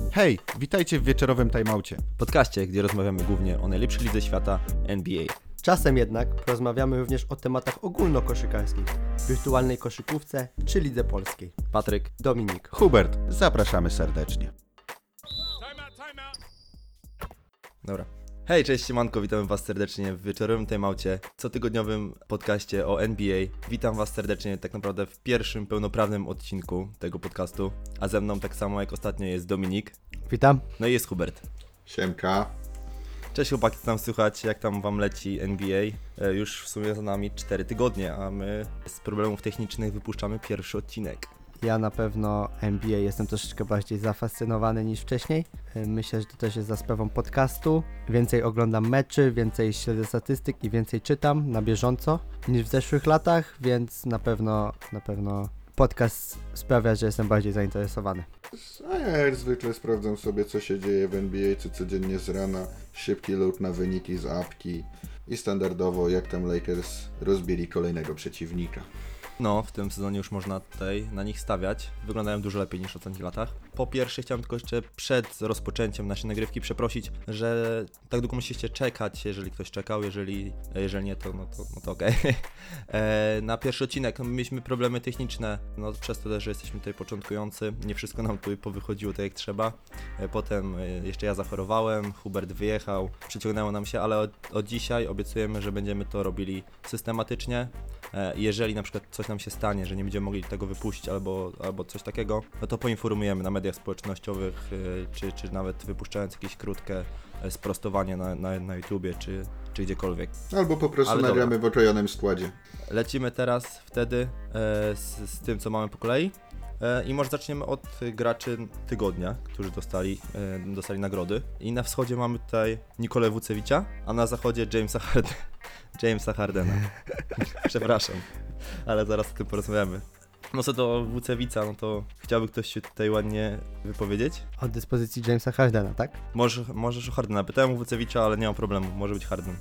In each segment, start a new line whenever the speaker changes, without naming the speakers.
Hej, witajcie w wieczorowym timeoucie.
Podcaście, gdzie rozmawiamy głównie o najlepszej lidze świata NBA.
Czasem jednak porozmawiamy również o tematach ogólnokoszykarskich, wirtualnej koszykówce czy lidze polskiej.
Patryk,
Dominik.
Hubert, zapraszamy serdecznie.
dobra. Hej, cześć siemanko, witamy was serdecznie w wieczorowym timeoucie, cotygodniowym podcaście o NBA. Witam was serdecznie tak naprawdę w pierwszym pełnoprawnym odcinku tego podcastu, a ze mną tak samo jak ostatnio jest Dominik,
Witam.
no i jest Hubert.
Siemka.
Cześć chłopaki, co tam słychać, jak tam wam leci NBA? Już w sumie za nami 4 tygodnie, a my z problemów technicznych wypuszczamy pierwszy odcinek.
Ja na pewno NBA jestem troszeczkę bardziej zafascynowany niż wcześniej. Myślę, że to też jest za sprawą podcastu. Więcej oglądam meczy, więcej śledzę statystyk i więcej czytam na bieżąco niż w zeszłych latach, więc na pewno podcast sprawia, że jestem bardziej zainteresowany.
A ja jak zwykle sprawdzam sobie, co się dzieje w NBA, co codziennie z rana. Szybki look na wyniki z apki i standardowo jak tam Lakers rozbili kolejnego przeciwnika.
No, w tym sezonie już można tutaj na nich stawiać. Wyglądają dużo lepiej niż w ostatnich latach. Po pierwsze chciałem tylko jeszcze przed rozpoczęciem naszej nagrywki przeprosić, że tak długo musieliście czekać, jeżeli ktoś czekał, jeżeli nie, to okej. Na pierwszy odcinek mieliśmy problemy techniczne, no przez to też, że jesteśmy tutaj początkujący, nie wszystko nam tutaj powychodziło tak jak trzeba. Potem jeszcze ja zachorowałem, Hubert wyjechał, przyciągnęło nam się, ale od dzisiaj obiecujemy, że będziemy to robili systematycznie. Jeżeli na przykład coś nam się stanie, że nie będziemy mogli tego wypuścić albo coś takiego, no to poinformujemy na mediach społecznościowych, czy nawet wypuszczając jakieś krótkie sprostowanie na YouTubie, czy gdziekolwiek.
Albo po prostu
Ale
nagramy
dobra.
w okrojonym składzie.
Lecimy teraz wtedy z tym, co mamy po kolei. I może zaczniemy od graczy tygodnia, którzy dostali nagrody. I na wschodzie mamy tutaj Nikolę Vucevicza, a na zachodzie Jamesa Hardena. Przepraszam, ale zaraz o tym porozmawiamy. No co do Vucevica, no to chciałby ktoś się tutaj ładnie wypowiedzieć?
Od dyspozycji Jamesa Hardena, tak?
Możesz o Hardena. Pytałem o Vucevicza, ale nie mam problemu, może być Harden.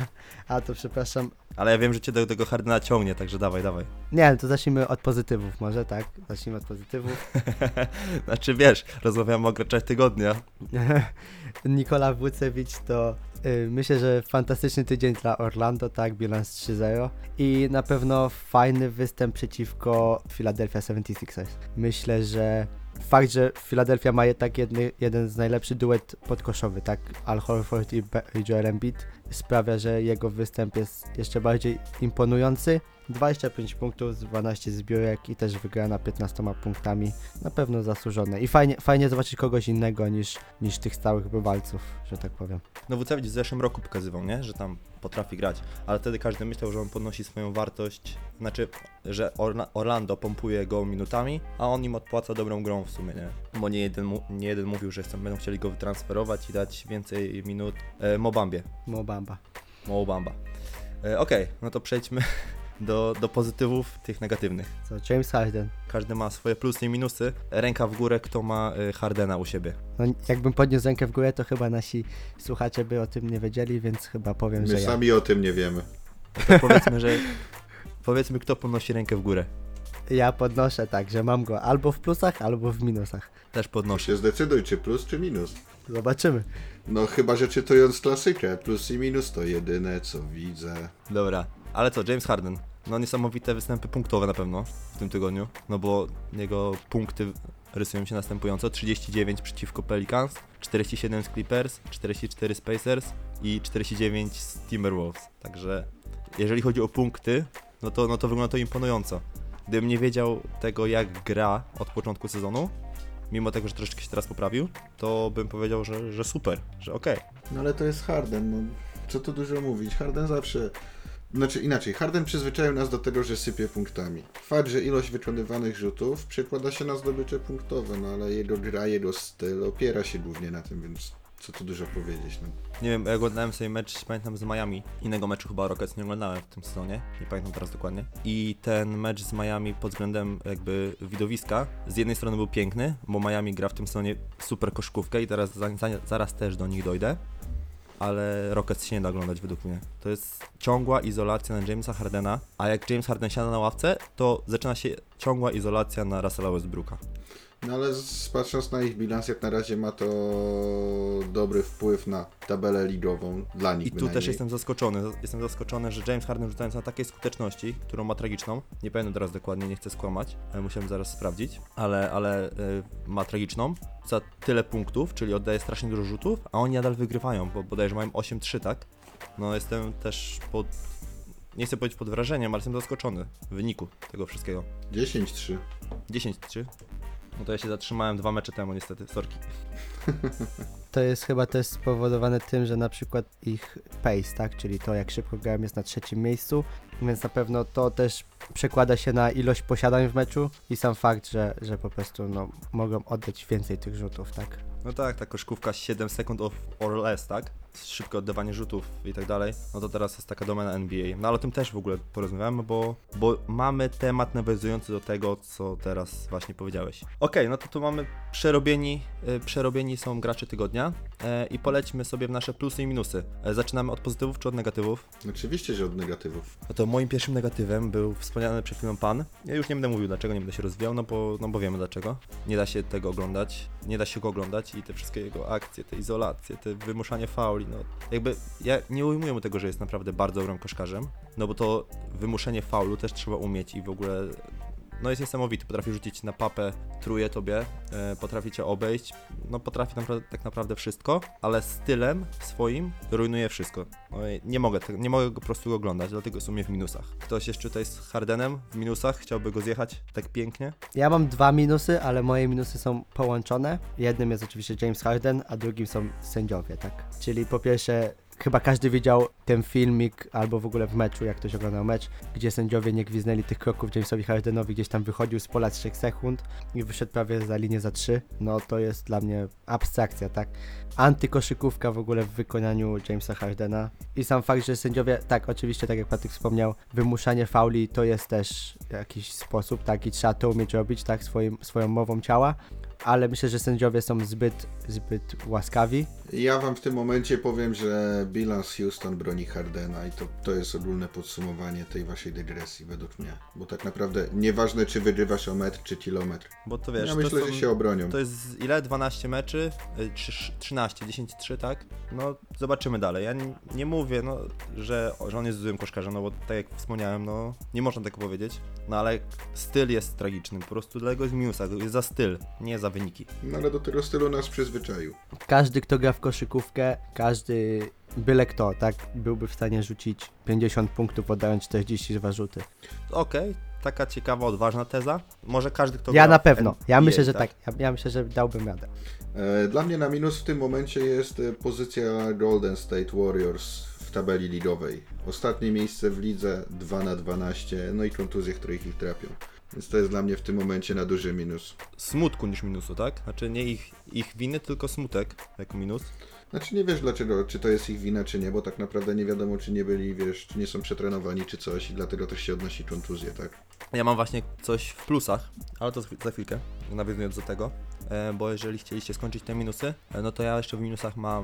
A to przepraszam.
Ale ja wiem, że cię do tego Hardena ciągnie, także dawaj.
Nie, ale to zacznijmy od pozytywów może, tak? Zacznijmy od pozytywów.
Znaczy wiesz, rozmawiamy o graczach tygodnia.
Nikola Vucevic to myślę, że fantastyczny tydzień dla Orlando, tak, bilans 3-0 i na pewno fajny występ przeciwko Philadelphia 76ers. Myślę, że fakt, że Philadelphia ma jeden z najlepszych duet podkoszowy, tak, Al Horford i Joel Embiid, sprawia, że jego występ jest jeszcze bardziej imponujący. 25 punktów, 12 zbiórek i też wygrana 15 punktami. Na pewno zasłużone. I fajnie zobaczyć kogoś innego niż tych stałych bywalców, że tak powiem.
No Vucevic w zeszłym roku pokazywał, nie? Że tam potrafi grać, ale wtedy każdy myślał, że on podnosi swoją wartość, znaczy, że Orlando pompuje go minutami, a on im odpłaca dobrą grą w sumie, nie? Bo nie jeden mówił, że będą chcieli go wytransferować i dać więcej minut Mo Bamba. Okej, no to przejdźmy do pozytywów tych negatywnych.
Co, James Harden.
Każdy ma swoje plusy i minusy. Ręka w górę, kto ma Hardena u siebie.
No, jakbym podniósł rękę w górę, to chyba nasi słuchacze by o tym nie wiedzieli, więc chyba powiem,
My
że ja.
sami o tym nie wiemy.
To powiedzmy, kto podnosi rękę w górę.
Ja podnoszę tak, że mam go albo w plusach, albo w minusach.
Też podnoszę.
Się zdecyduj, czy plus, czy minus.
Zobaczymy.
No chyba, że czytując klasykę, plus i minus to jedyne, co widzę.
Dobra, ale co, James Harden? No niesamowite występy punktowe na pewno w tym tygodniu, no bo jego punkty rysują się następująco: 39 przeciwko Pelicans, 47 z Clippers, 44 z Pacers i 49 z Timberwolves. Także jeżeli chodzi o punkty, no to wygląda to imponująco. Gdybym nie wiedział tego, jak gra od początku sezonu, mimo tego, że troszeczkę się teraz poprawił, to bym powiedział, że super, że okej.
No ale to jest Harden, no co tu dużo mówić. Harden zawsze... Znaczy inaczej, Harden przyzwyczaił nas do tego, że sypie punktami. Fakt, że ilość wykonywanych rzutów przekłada się na zdobycze punktowe, no ale jego gra, jego styl opiera się głównie na tym, więc co tu dużo powiedzieć, no.
Nie wiem, ja oglądałem sobie mecz, pamiętam, z Miami. Innego meczu chyba Rockets nie oglądałem w tym sezonie, nie pamiętam teraz dokładnie. I ten mecz z Miami pod względem jakby widowiska, z jednej strony był piękny, bo Miami gra w tym sezonie super koszykówkę i teraz zaraz też do nich dojdę. Ale Rockets się nie da oglądać według mnie. To jest ciągła izolacja na Jamesa Hardena, a jak James Harden siada na ławce, to zaczyna się ciągła izolacja na Russella Westbrooka.
No ale patrząc na ich bilans, jak na razie ma to dobry wpływ na tabelę ligową, dla nich
I tu
bynajmniej.
też jestem zaskoczony. Jestem zaskoczony, że James Harden rzucając na takiej skuteczności, którą ma tragiczną, nie pamiętam teraz dokładnie, nie chcę skłamać, musiałem zaraz sprawdzić, ale ma tragiczną, za tyle punktów, czyli oddaje strasznie dużo rzutów, a oni nadal wygrywają, bo bodajże mają 8-3, tak? No jestem też nie chcę powiedzieć pod wrażeniem, ale jestem zaskoczony w wyniku tego wszystkiego.
10-3.
10-3. No to ja się zatrzymałem 2 mecze temu niestety, sorki.
To jest chyba też spowodowane tym, że na przykład ich pace, tak, czyli to jak szybko grałem jest na 3. miejscu, więc na pewno to też przekłada się na ilość posiadań w meczu i sam fakt, że po prostu no, mogą oddać więcej tych rzutów, tak.
No tak, ta koszykówka 7 sekund or less, tak? Szybkie oddawanie rzutów i tak dalej, no to teraz jest taka domena NBA. No ale o tym też w ogóle porozmawiamy, bo mamy nawiązujący do tego, co teraz właśnie powiedziałeś. Okej, no to tu mamy przerobieni są gracze tygodnia i polećmy sobie w nasze plusy i minusy. Zaczynamy od pozytywów czy od negatywów?
Oczywiście, że od negatywów.
No to moim pierwszym negatywem był wspomniany przed chwilą pan. Ja już nie będę mówił dlaczego, nie będę się rozwijał, no bo wiemy dlaczego. Nie da się tego oglądać, nie da się go oglądać i te wszystkie jego akcje, te izolacje, te wymuszanie fauli, no jakby ja nie ujmuję mu tego, że jest naprawdę bardzo dobrym koszkarzem, no bo to wymuszenie faulu też trzeba umieć i w ogóle no jest niesamowity, potrafi rzucić na papę, truje tobie, potrafi cię obejść, no potrafi tak naprawdę wszystko, ale stylem swoim rujnuje wszystko. No i nie mogę po prostu go oglądać, dlatego jest u mnie w minusach. Ktoś jeszcze tutaj z Hardenem w minusach, chciałby go zjechać tak pięknie?
Ja mam 2 minusy, ale moje minusy są połączone. Jednym jest oczywiście James Harden, a drugim są sędziowie, tak. Czyli po pierwsze, chyba każdy widział ten filmik, albo w ogóle w meczu, jak ktoś oglądał mecz, gdzie sędziowie nie gwiznęli tych kroków Jamesowi Hardenowi, gdzieś tam wychodził z pola 3 sekund i wyszedł prawie za linię za 3. No to jest dla mnie abstrakcja, tak? Antykoszykówka w ogóle w wykonaniu Jamesa Hardena. I sam fakt, że sędziowie, tak, oczywiście, tak jak Patryk wspomniał, wymuszanie fauli to jest też jakiś sposób, tak? I trzeba to umieć robić, tak? Swoją mową ciała. Ale myślę, że sędziowie są zbyt łaskawi.
Ja wam w tym momencie powiem, że bilans Houston broni Hardena i to jest ogólne podsumowanie tej waszej dygresji według mnie. Bo tak naprawdę nieważne, czy wygrywasz o metr, czy kilometr.
Bo to wiesz,
Ja myślę, że się obronią.
To jest ile? 12 meczy? 13, 10-3, tak? No zobaczymy dalej. Ja nie mówię, no, że on jest złym koszkarzem, no bo tak jak wspomniałem, no nie można tego powiedzieć. No ale styl jest tragiczny, po prostu dlatego jest minusa, jest za styl, nie za wyniki.
No ale do tego stylu nas przyzwyczaił.
Każdy, kto gra w koszykówkę, każdy, byle kto, tak, byłby w stanie rzucić 50 punktów, oddając 42 rzuty.
Okej, taka ciekawa, odważna teza. Może każdy, kto
Ja
gra
na
w
pewno, ja
NBA,
myślę, że tak. Ja myślę, że dałbym radę.
Dla mnie na minus w tym momencie jest pozycja Golden State Warriors w tabeli ligowej. Ostatnie miejsce w lidze 2/12, no i kontuzje, które ich trapią. Więc to jest dla mnie w tym momencie na duży minus.
Smutku niż minusu, tak? Znaczy nie ich winy, tylko smutek jako minus.
Znaczy nie wiesz dlaczego, czy to jest ich wina, czy nie, bo tak naprawdę nie wiadomo, czy nie byli, wiesz, czy nie są przetrenowani, czy coś i dlatego też się odnosi kontuzję, tak?
Ja mam właśnie coś w plusach, ale to za chwilkę, nawiązując do tego, bo jeżeli chcieliście skończyć te minusy, no to ja jeszcze w minusach mam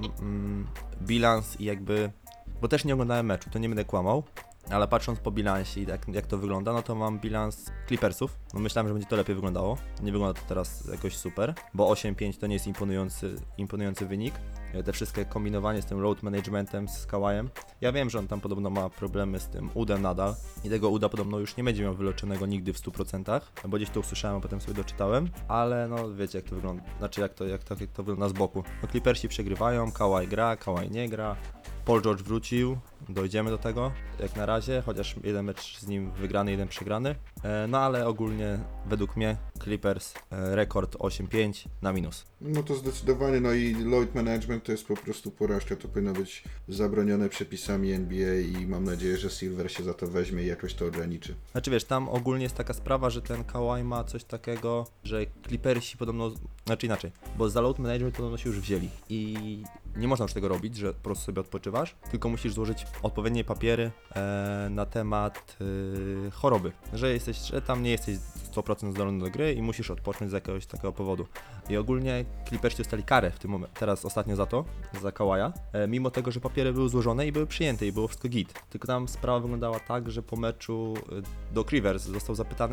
bilans i jakby, bo też nie oglądałem meczu, to nie będę kłamał, ale patrząc po bilansie i jak to wygląda, no to mam bilans Clippersów. No myślałem, że będzie to lepiej wyglądało. Nie wygląda to teraz jakoś super, bo 8-5 to nie jest imponujący wynik. Te wszystkie kombinowanie z tym load managementem, z Kawajem. Ja wiem, że on tam podobno ma problemy z tym udem nadal i tego uda podobno już nie będzie miał wyleczonego nigdy w 100%, bo gdzieś to usłyszałem, a potem sobie doczytałem, ale no wiecie jak to wygląda, znaczy jak to wygląda z boku. No Clippersi przegrywają, Kawhi gra, Kawhi nie gra. Paul George wrócił, dojdziemy do tego, jak na razie, chociaż jeden mecz z nim wygrany, jeden przegrany. No ale ogólnie według mnie Clippers rekord 8-5 na minus.
No to zdecydowanie, no i load management to jest po prostu porażka, to powinno być zabronione przepisami NBA i mam nadzieję, że Silver się za to weźmie i jakoś to ograniczy.
Znaczy wiesz, tam ogólnie jest taka sprawa, że ten Kawhi ma coś takiego, że Clippersi podobno, znaczy inaczej, bo za load management podobno się już wzięli i nie można już tego robić, że po prostu sobie odpoczywasz, tylko musisz złożyć odpowiednie papiery na temat choroby, że tam nie jesteś 100% zdolny do gry i musisz odpocząć z jakiegoś takiego powodu. I ogólnie Clippersi dostali karę w tym momencie, teraz ostatnio za Kawaja, mimo tego, że papiery były złożone i były przyjęte i było wszystko git. Tylko tam sprawa wyglądała tak, że po meczu Doc Rivers został zapytany,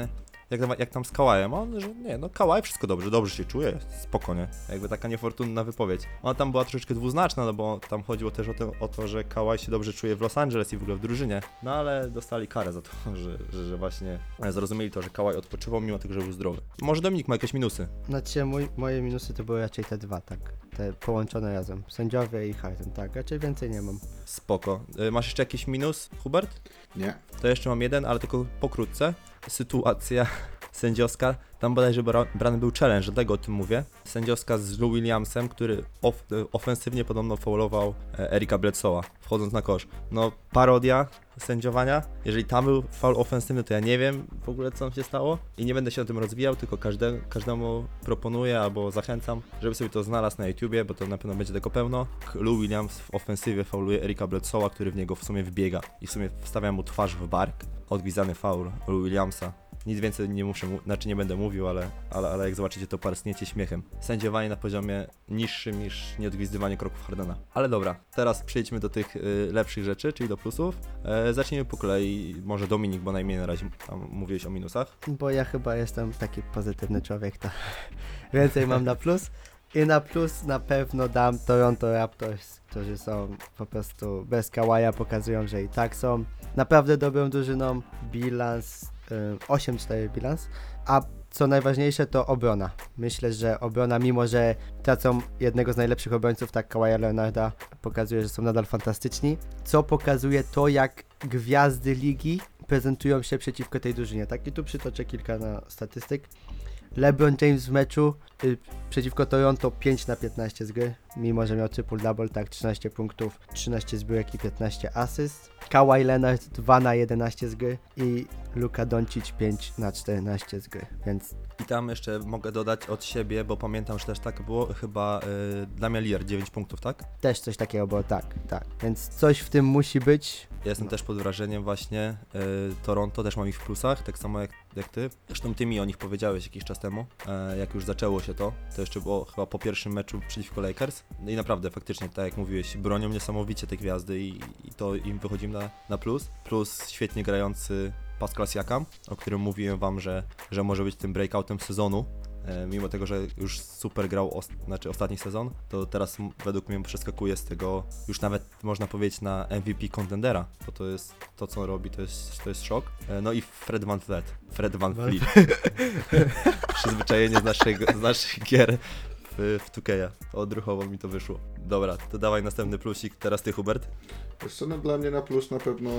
jak tam z Kałajem, a on, że nie, no Kałaj wszystko dobrze się czuje, spokojnie, jakby taka niefortunna wypowiedź. Ona tam była troszeczkę dwuznaczna, no bo tam chodziło też o to, że Kałaj się dobrze czuje w Los Angeles i w ogóle w drużynie, no ale dostali karę za to, że właśnie zrozumieli to, że Kałaj odpoczywał mimo tego, że był zdrowy. Może Dominik ma jakieś minusy?
Znaczy moje minusy to były raczej te dwa, tak. Te połączone razem. Sędziowie i Harden, tak. Raczej więcej nie mam.
Spoko. Masz jeszcze jakiś minus, Hubert?
Nie.
To jeszcze mam jeden, ale tylko pokrótce. Sytuacja sędziowska, tam bodajże brany był challenge, dlatego o tym mówię. Sędziowska z Lou Williamsem, który ofensywnie podobno faulował Erika Bledsoe'a, wchodząc na kosz. No, parodia sędziowania. Jeżeli tam był faul ofensywny, to ja nie wiem w ogóle, co tam się stało. I nie będę się o tym rozwijał, tylko każdemu proponuję albo zachęcam, żeby sobie to znalazł na YouTubie, bo to na pewno będzie tego pełno. Lou Williams w ofensywie fauluje Erika Bledsoe'a, który w niego w sumie wbiega i w sumie wstawia mu twarz w bark. Odgwizdany faul Lou Williamsa. Nic więcej nie muszę, nie będę mówił, ale jak zobaczycie, to parskniecie śmiechem. Sędziowanie na poziomie niższym niż nieodgwizdywanie kroków Hardena. Ale dobra, teraz przejdźmy do tych lepszych rzeczy, czyli do plusów. Zacznijmy po kolei, może Dominik, bo najmniej na razie tam mówiłeś o minusach.
Bo ja chyba jestem taki pozytywny człowiek, to więcej mam na plus. I na plus na pewno dam Toronto Raptors, którzy są po prostu bez Kałaja, pokazują, że i tak są naprawdę dobrą drużyną. Bilans 8-4 bilans, a co najważniejsze to obrona. Myślę, że obrona, mimo że tracą jednego z najlepszych obrońców, tak Kawaja Leonarda, pokazuje, że są nadal fantastyczni, co pokazuje to, jak gwiazdy ligi prezentują się przeciwko tej drużynie. Tak, i tu przytoczę kilka statystyk. LeBron James w meczu przeciwko Toronto 5/15 z gry, mimo że miał triple-double, tak, 13 punktów, 13 zbiórek i 15 asyst. Kawhi Leonard 2/11 z gry i Luka Doncic 5/14 z gry, więc...
I tam jeszcze mogę dodać od siebie, bo pamiętam, że też tak było, chyba Damian Lillard 9 punktów, tak?
Też coś takiego było, tak, więc coś w tym musi być.
Ja jestem też pod wrażeniem właśnie Toronto, też mam ich w plusach, tak samo jak ty. Zresztą ty mi o nich powiedziałeś jakiś czas temu, jak już zaczęło się to jeszcze było chyba po pierwszym meczu przeciwko Lakers. I naprawdę, faktycznie, tak jak mówiłeś, bronią niesamowicie te gwiazdy i to im wychodzi na plus. Plus świetnie grający Pascal Siakam, o którym mówiłem wam, że może być tym breakoutem sezonu. Mimo tego, że już super grał ostatni sezon, to teraz według mnie przeskakuje z tego, już nawet można powiedzieć, na MVP contendera, bo to jest to, co on robi, to jest szok. No i Fred VanVleet. Przyzwyczajenie z naszych gier w 2K. Odruchowo mi to wyszło. Dobra, to dawaj następny plusik, teraz ty, Hubert.
Wiesz co, no dla mnie na plus na pewno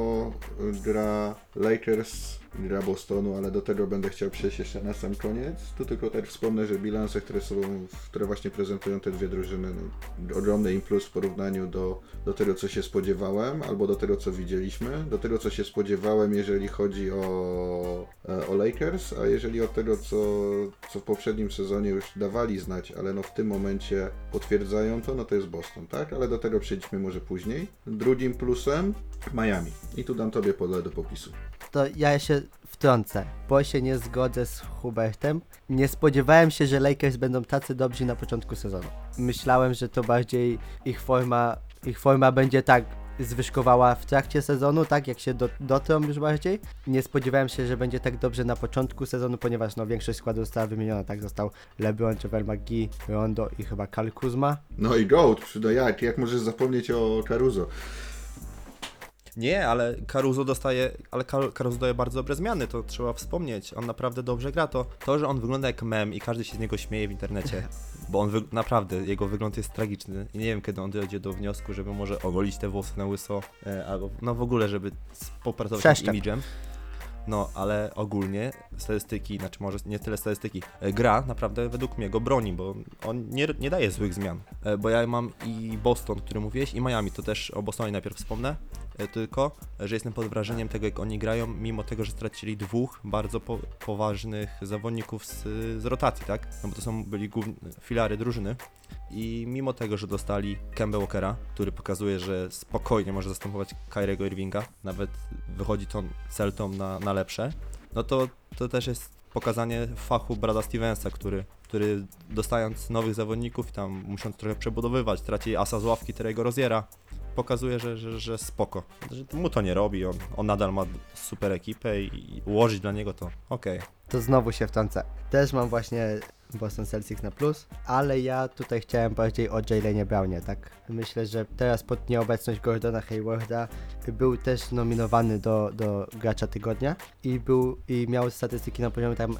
gra Lakers, gra Bostonu, ale do tego będę chciał przejść jeszcze na sam koniec. Tu tylko też wspomnę, że bilanse, które właśnie prezentują te dwie drużyny, no, ogromny im plus w porównaniu do tego, co się spodziewałem, albo do tego, co widzieliśmy. Do tego, co się spodziewałem, jeżeli chodzi o Lakers, a jeżeli od tego, co w poprzednim sezonie już dawali znać, ale no w tym momencie potwierdzają to, no to jest Boston, tak? Ale do tego przejdźmy może później. Drugim plusem Miami. I tu dam tobie pole do popisu.
To ja się wtrącę, bo się nie zgodzę z Hubertem. Nie spodziewałem się, że Lakers będą tacy dobrzy na początku sezonu. Myślałem, że to bardziej ich forma będzie tak zwyżkowała w trakcie sezonu, tak jak się dotrą już bardziej. Nie spodziewałem się, że będzie tak dobrze na początku sezonu, ponieważ no większość składu została wymieniona, tak, został LeBron, JaVale McGee, Rondo i chyba Kyle Kuzma.
No i GOAT, no jak możesz zapomnieć o Caruso?
Nie, ale Caruso daje bardzo dobre zmiany, to trzeba wspomnieć. On naprawdę dobrze gra. To, że on wygląda jak mem i każdy się z niego śmieje w internecie, bo on naprawdę, jego wygląd jest tragiczny i nie wiem, kiedy on dojdzie do wniosku, żeby może ogolić te włosy na łyso, albo no w ogóle, żeby popracować nad imidżem. No, ale ogólnie statystyki, znaczy może nie tyle statystyki, gra naprawdę według mnie go broni, bo on nie daje złych zmian. Bo ja mam i Boston, który mówiłeś, i Miami, to też o Bostonie najpierw wspomnę, tylko, że jestem pod wrażeniem tego, jak oni grają, mimo tego, że stracili dwóch bardzo poważnych zawodników z rotacji, tak? No bo to byli główne filary drużyny. I mimo tego, że dostali Kemba Walkera, który pokazuje, że spokojnie może zastępować Kyriego Irvinga, nawet wychodzi to Celtom na lepsze, no to też jest pokazanie fachu Brada Stevensa, który dostając nowych zawodników i tam musząc trochę przebudowywać, traci asa z ławki Terry'ego Roziera, pokazuje, że spoko. Że mu to nie robi, on nadal ma super ekipę i ułożyć dla niego to okej.
To znowu się wtrącę. Też mam właśnie Boston Celtics na plus, ale ja tutaj chciałem bardziej o Jaylenie Brownie, tak? Myślę, że teraz pod nieobecność Gordona Haywarda był też nominowany do gracza tygodnia i miał statystyki na poziomie tam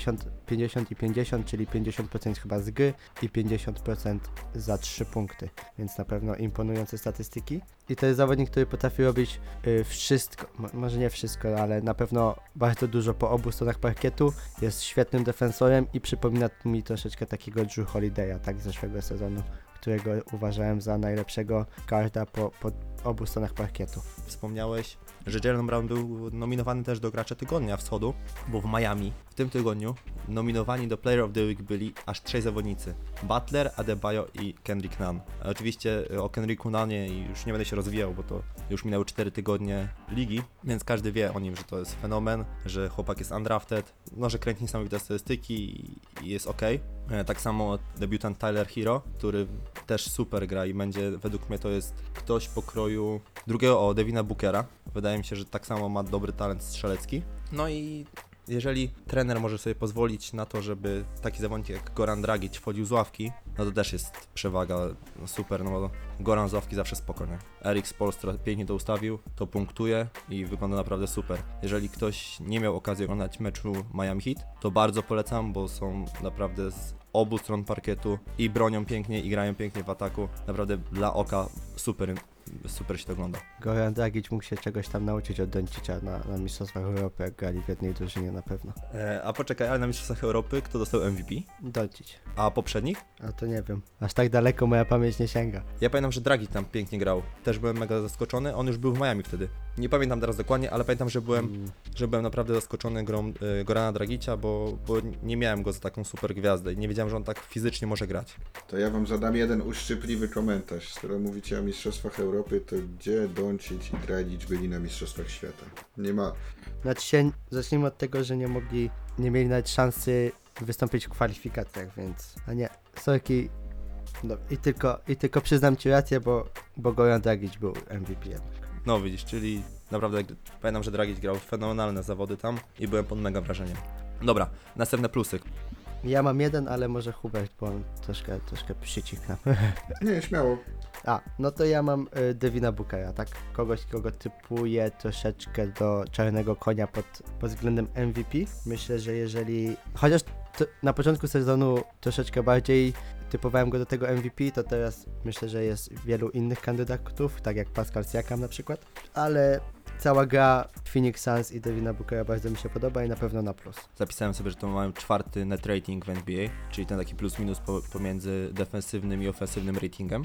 50 i 50, czyli 50% chyba z gry i 50% za 3 punkty, więc na pewno imponujące statystyki. I to jest zawodnik, który potrafi robić wszystko, może nie wszystko, ale na pewno bardzo dużo po obu stronach parkietu, jest świetnym defensorem i przypomina mi troszeczkę takiego Drew Holiday'a, tak, z zeszłego sezonu, którego uważałem za najlepszego guarda po obu stronach parkietu.
Wspomniałeś, że Jaylen Brown był nominowany też do gracza tygodnia wschodu, bo w Miami w tym tygodniu nominowani do Player of the Week byli aż 3 zawodnicy. Butler, Adebayo i Kendrick Nunn. Oczywiście o Kendricku Nunnie już nie będę się rozwijał, bo to już minęły 4 tygodnie ligi, więc każdy wie o nim, że to jest fenomen, że chłopak jest undrafted, no że kręci niesamowite statystyki i jest ok. Tak samo debiutant Tyler Hero, który też super gra i będzie, według mnie to jest ktoś pokroju drugiego, Devina Bookera. Wydaje mi się, że tak samo ma dobry talent strzelecki. No i jeżeli trener może sobie pozwolić na to, żeby taki zawodnik jak Goran Dragic wchodził z ławki, no to też jest przewaga super, no bo Goran z ławki zawsze spokojnie. Erik Spoelstra pięknie to ustawił, to punktuje i wygląda naprawdę super. Jeżeli ktoś nie miał okazji oglądać meczu Miami Heat, to bardzo polecam, bo są naprawdę z obu stron parkietu i bronią pięknie i grają pięknie w ataku. Naprawdę dla oka super się to ogląda.
Goran Dragic mógł się czegoś tam nauczyć od Doncicza na Mistrzostwach Europy, jak grali w jednej drużynie na pewno.
A poczekaj, ale na Mistrzostwach Europy kto dostał MVP?
Doncic.
A poprzednich?
A to nie wiem. Aż tak daleko moja pamięć nie sięga.
Ja pamiętam, że Dragic tam pięknie grał. Też byłem mega zaskoczony. On już był w Miami wtedy. Nie pamiętam teraz dokładnie, ale pamiętam, że byłem naprawdę zaskoczony grą Gorana Dragicia, bo nie miałem go za taką super gwiazdę i nie wiedziałem, że on tak fizycznie może grać.
To ja wam zadam jeden uszczypliwy komentarz. Skoro mówicie o Mistrzostwach Europy, to gdzie Doncic i Dragic byli na Mistrzostwach Świata? Nie ma.
Znaczy zacznijmy od tego, że nie mieli nawet szansy wystąpić w kwalifikacjach, więc... A nie, sorki. No, i tylko przyznam ci rację, bo Goran Dragic był MVP.
No widzisz, czyli naprawdę pamiętam, że Dragic grał fenomenalne zawody tam i byłem pod mega wrażeniem. Dobra, następne plusy.
Ja mam jeden, ale może Hubert, bo on troszkę przyciknę.
Nie, śmiało.
No to ja mam Devina Bookera, tak? Kogoś, kogo typuję troszeczkę do czarnego konia pod względem MVP. Myślę, że jeżeli... Chociaż na początku sezonu troszeczkę bardziej typowałem go do tego MVP, to teraz myślę, że jest wielu innych kandydatów, tak jak Pascal Siakam na przykład. Ale cała gra Phoenix Suns i Devina Bookera bardzo mi się podoba i na pewno na plus.
Zapisałem sobie, że to mają 4. net rating w NBA, czyli ten taki plus minus pomiędzy defensywnym i ofensywnym ratingiem,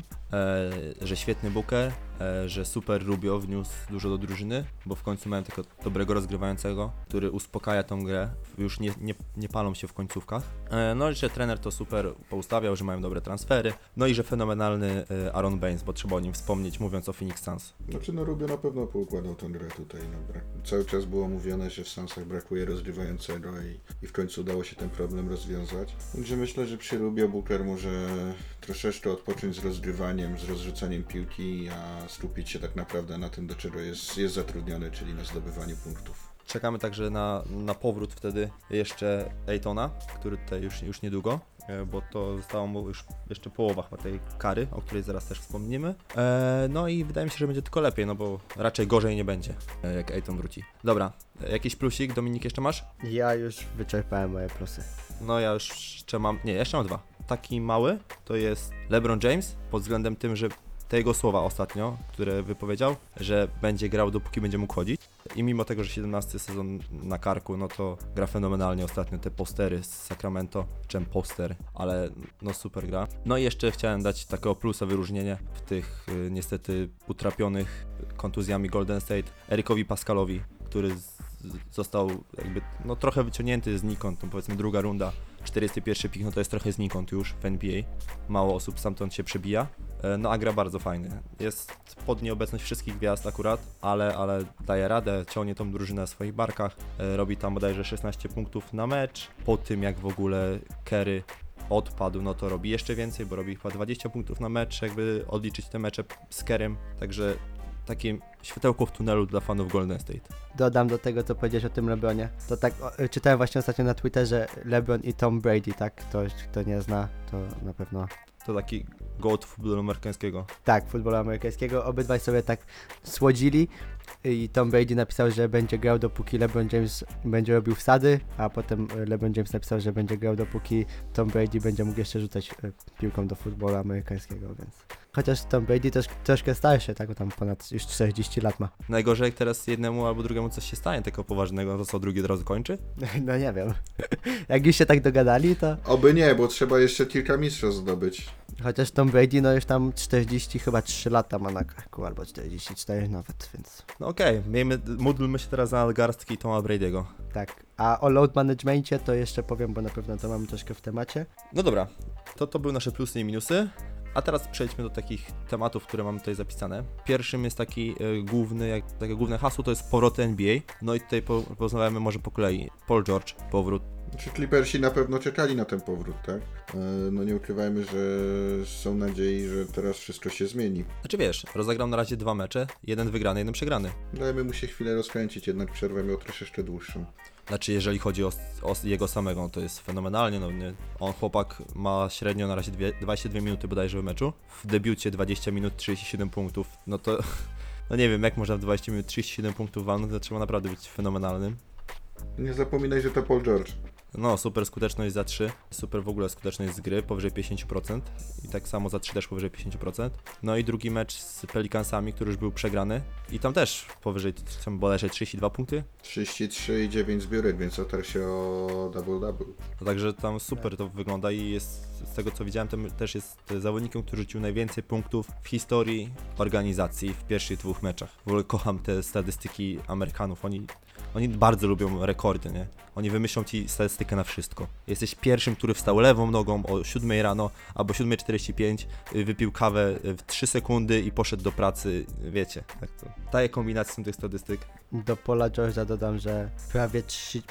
że świetny Booker, że super Rubio wniósł dużo do drużyny, bo w końcu mają tego dobrego rozgrywającego, który uspokaja tą grę, już nie palą się w końcówkach. No i że trener to super poustawiał, że mają dobre transfery, no i że fenomenalny Aaron Baines, bo trzeba o nim wspomnieć, mówiąc o Phoenix Suns.
Znaczy, no Rubio na pewno poukładał tę grę tutaj. No, cały czas było mówione, że w Sunsach brakuje rozgrywającego i w końcu udało się ten problem rozwiązać. Także myślę, że przy Rubio Booker może troszeczkę odpocząć z rozgrywaniem, z rozrzucaniem piłki, a skupić się tak naprawdę na tym, do czego jest zatrudniony, czyli na zdobywaniu punktów.
Czekamy także na powrót wtedy jeszcze Aytona, który tutaj już niedługo, bo to została mu już jeszcze połowa chyba tej kary, o której zaraz też wspomnimy. No i wydaje mi się, że będzie tylko lepiej, no bo raczej gorzej nie będzie, jak Ayton wróci. Dobra, jakiś plusik, Dominik, jeszcze masz?
Ja już wyczerpałem moje plusy.
No ja jeszcze mam 2. Taki mały to jest LeBron James, pod względem tym, że te jego słowa ostatnio, które wypowiedział, że będzie grał dopóki będzie mógł chodzić. I mimo tego, że 17 sezon na karku, no to gra fenomenalnie ostatnio. Te postery z Sacramento, czym poster, ale no super gra. No i jeszcze chciałem dać takiego plusa, wyróżnienie w tych niestety utrapionych kontuzjami Golden State Erikowi Pascalowi, który został jakby no trochę wyciągnięty znikąd, no powiedzmy druga runda, 41 pik, no to jest trochę znikąd już w NBA. Mało osób stamtąd się przebija. No a gra bardzo fajnie. Jest pod nieobecność wszystkich gwiazd akurat, ale daje radę, ciągnie tą drużynę na swoich barkach, robi tam bodajże 16 punktów na mecz, po tym jak w ogóle Curry odpadł, no to robi jeszcze więcej, bo robi chyba 20 punktów na mecz, jakby odliczyć te mecze z Kerem, także takie światełko w tunelu dla fanów Golden State.
Dodam do tego, co powiedziałeś o tym LeBronie. To tak, czytałem właśnie ostatnio na Twitterze LeBron i Tom Brady, tak? Ktoś, kto nie zna, to na pewno...
To taki goat futbolu amerykańskiego.
Tak, futbolu amerykańskiego. Obydwaj sobie tak słodzili i Tom Brady napisał, że będzie grał dopóki LeBron James będzie robił wsady, a potem LeBron James napisał, że będzie grał dopóki Tom Brady będzie mógł jeszcze rzucać piłką do futbolu amerykańskiego, więc... Chociaż Tom Brady też troszkę starszy, tak, bo tam ponad już 40 lat ma.
Najgorzej jak teraz jednemu albo drugiemu coś się stanie takiego poważnego, to co drugi od razu kończy?
No nie wiem. Jak już się tak dogadali, to...
Oby nie, bo trzeba jeszcze kilka mistrzostw zdobyć.
Chociaż Tom Brady no już tam 40 chyba 3 lata ma na karku, albo 44 nawet, więc...
No okej, módlmy się teraz za nadgarstki Toma Brady'ego.
Tak. A o load managemencie to jeszcze powiem, bo na pewno to mamy troszkę w temacie.
No dobra, to były nasze plusy i minusy. A teraz przejdźmy do takich tematów, które mam tutaj zapisane. Pierwszym jest taki główny, takie główne hasło, to jest powrót NBA. No i tutaj porozmawiamy może po kolei. Paul George, powrót.
Znaczy Clippersi na pewno czekali na ten powrót, tak? No nie ukrywajmy, że są nadziei, że teraz wszystko się zmieni.
Znaczy wiesz, rozegrał na razie 2 mecze, jeden wygrany, jeden przegrany.
Dajmy mu się chwilę rozkręcić, jednak przerwę miał troszeczkę dłuższą.
Znaczy jeżeli chodzi o jego samego, no to jest fenomenalnie, no nie? On chłopak ma średnio na razie 22 minuty bodajże w meczu. W debiucie 20 minut, 37 punktów, no to... No nie wiem, jak można w 20 minut 37 punktów walnąć, to trzeba naprawdę być fenomenalnym.
Nie zapominaj, że to Paul George.
No, super skuteczność za 3, super w ogóle skuteczność z gry, powyżej 50% i tak samo za 3 też powyżej 50%. No i drugi mecz z Pelicansami, który już był przegrany i tam też powyżej, są bodajże 32 punkty.
33 i 9 zbiórek, więc otarł się o double-double.
No, także tam super to wygląda i jest, z tego co widziałem, też jest zawodnikiem, który rzucił najwięcej punktów w historii organizacji w pierwszych 2 meczach. W ogóle kocham te statystyki Amerykanów, oni bardzo lubią rekordy, nie? Oni wymyślą ci statystykę na wszystko. Jesteś pierwszym, który wstał lewą nogą o 7 rano albo 7:45, wypił kawę w 3 sekundy i poszedł do pracy, wiecie. Tak to. Takie kombinacje są tych statystyk.
Do Paula George'a dodam, że prawie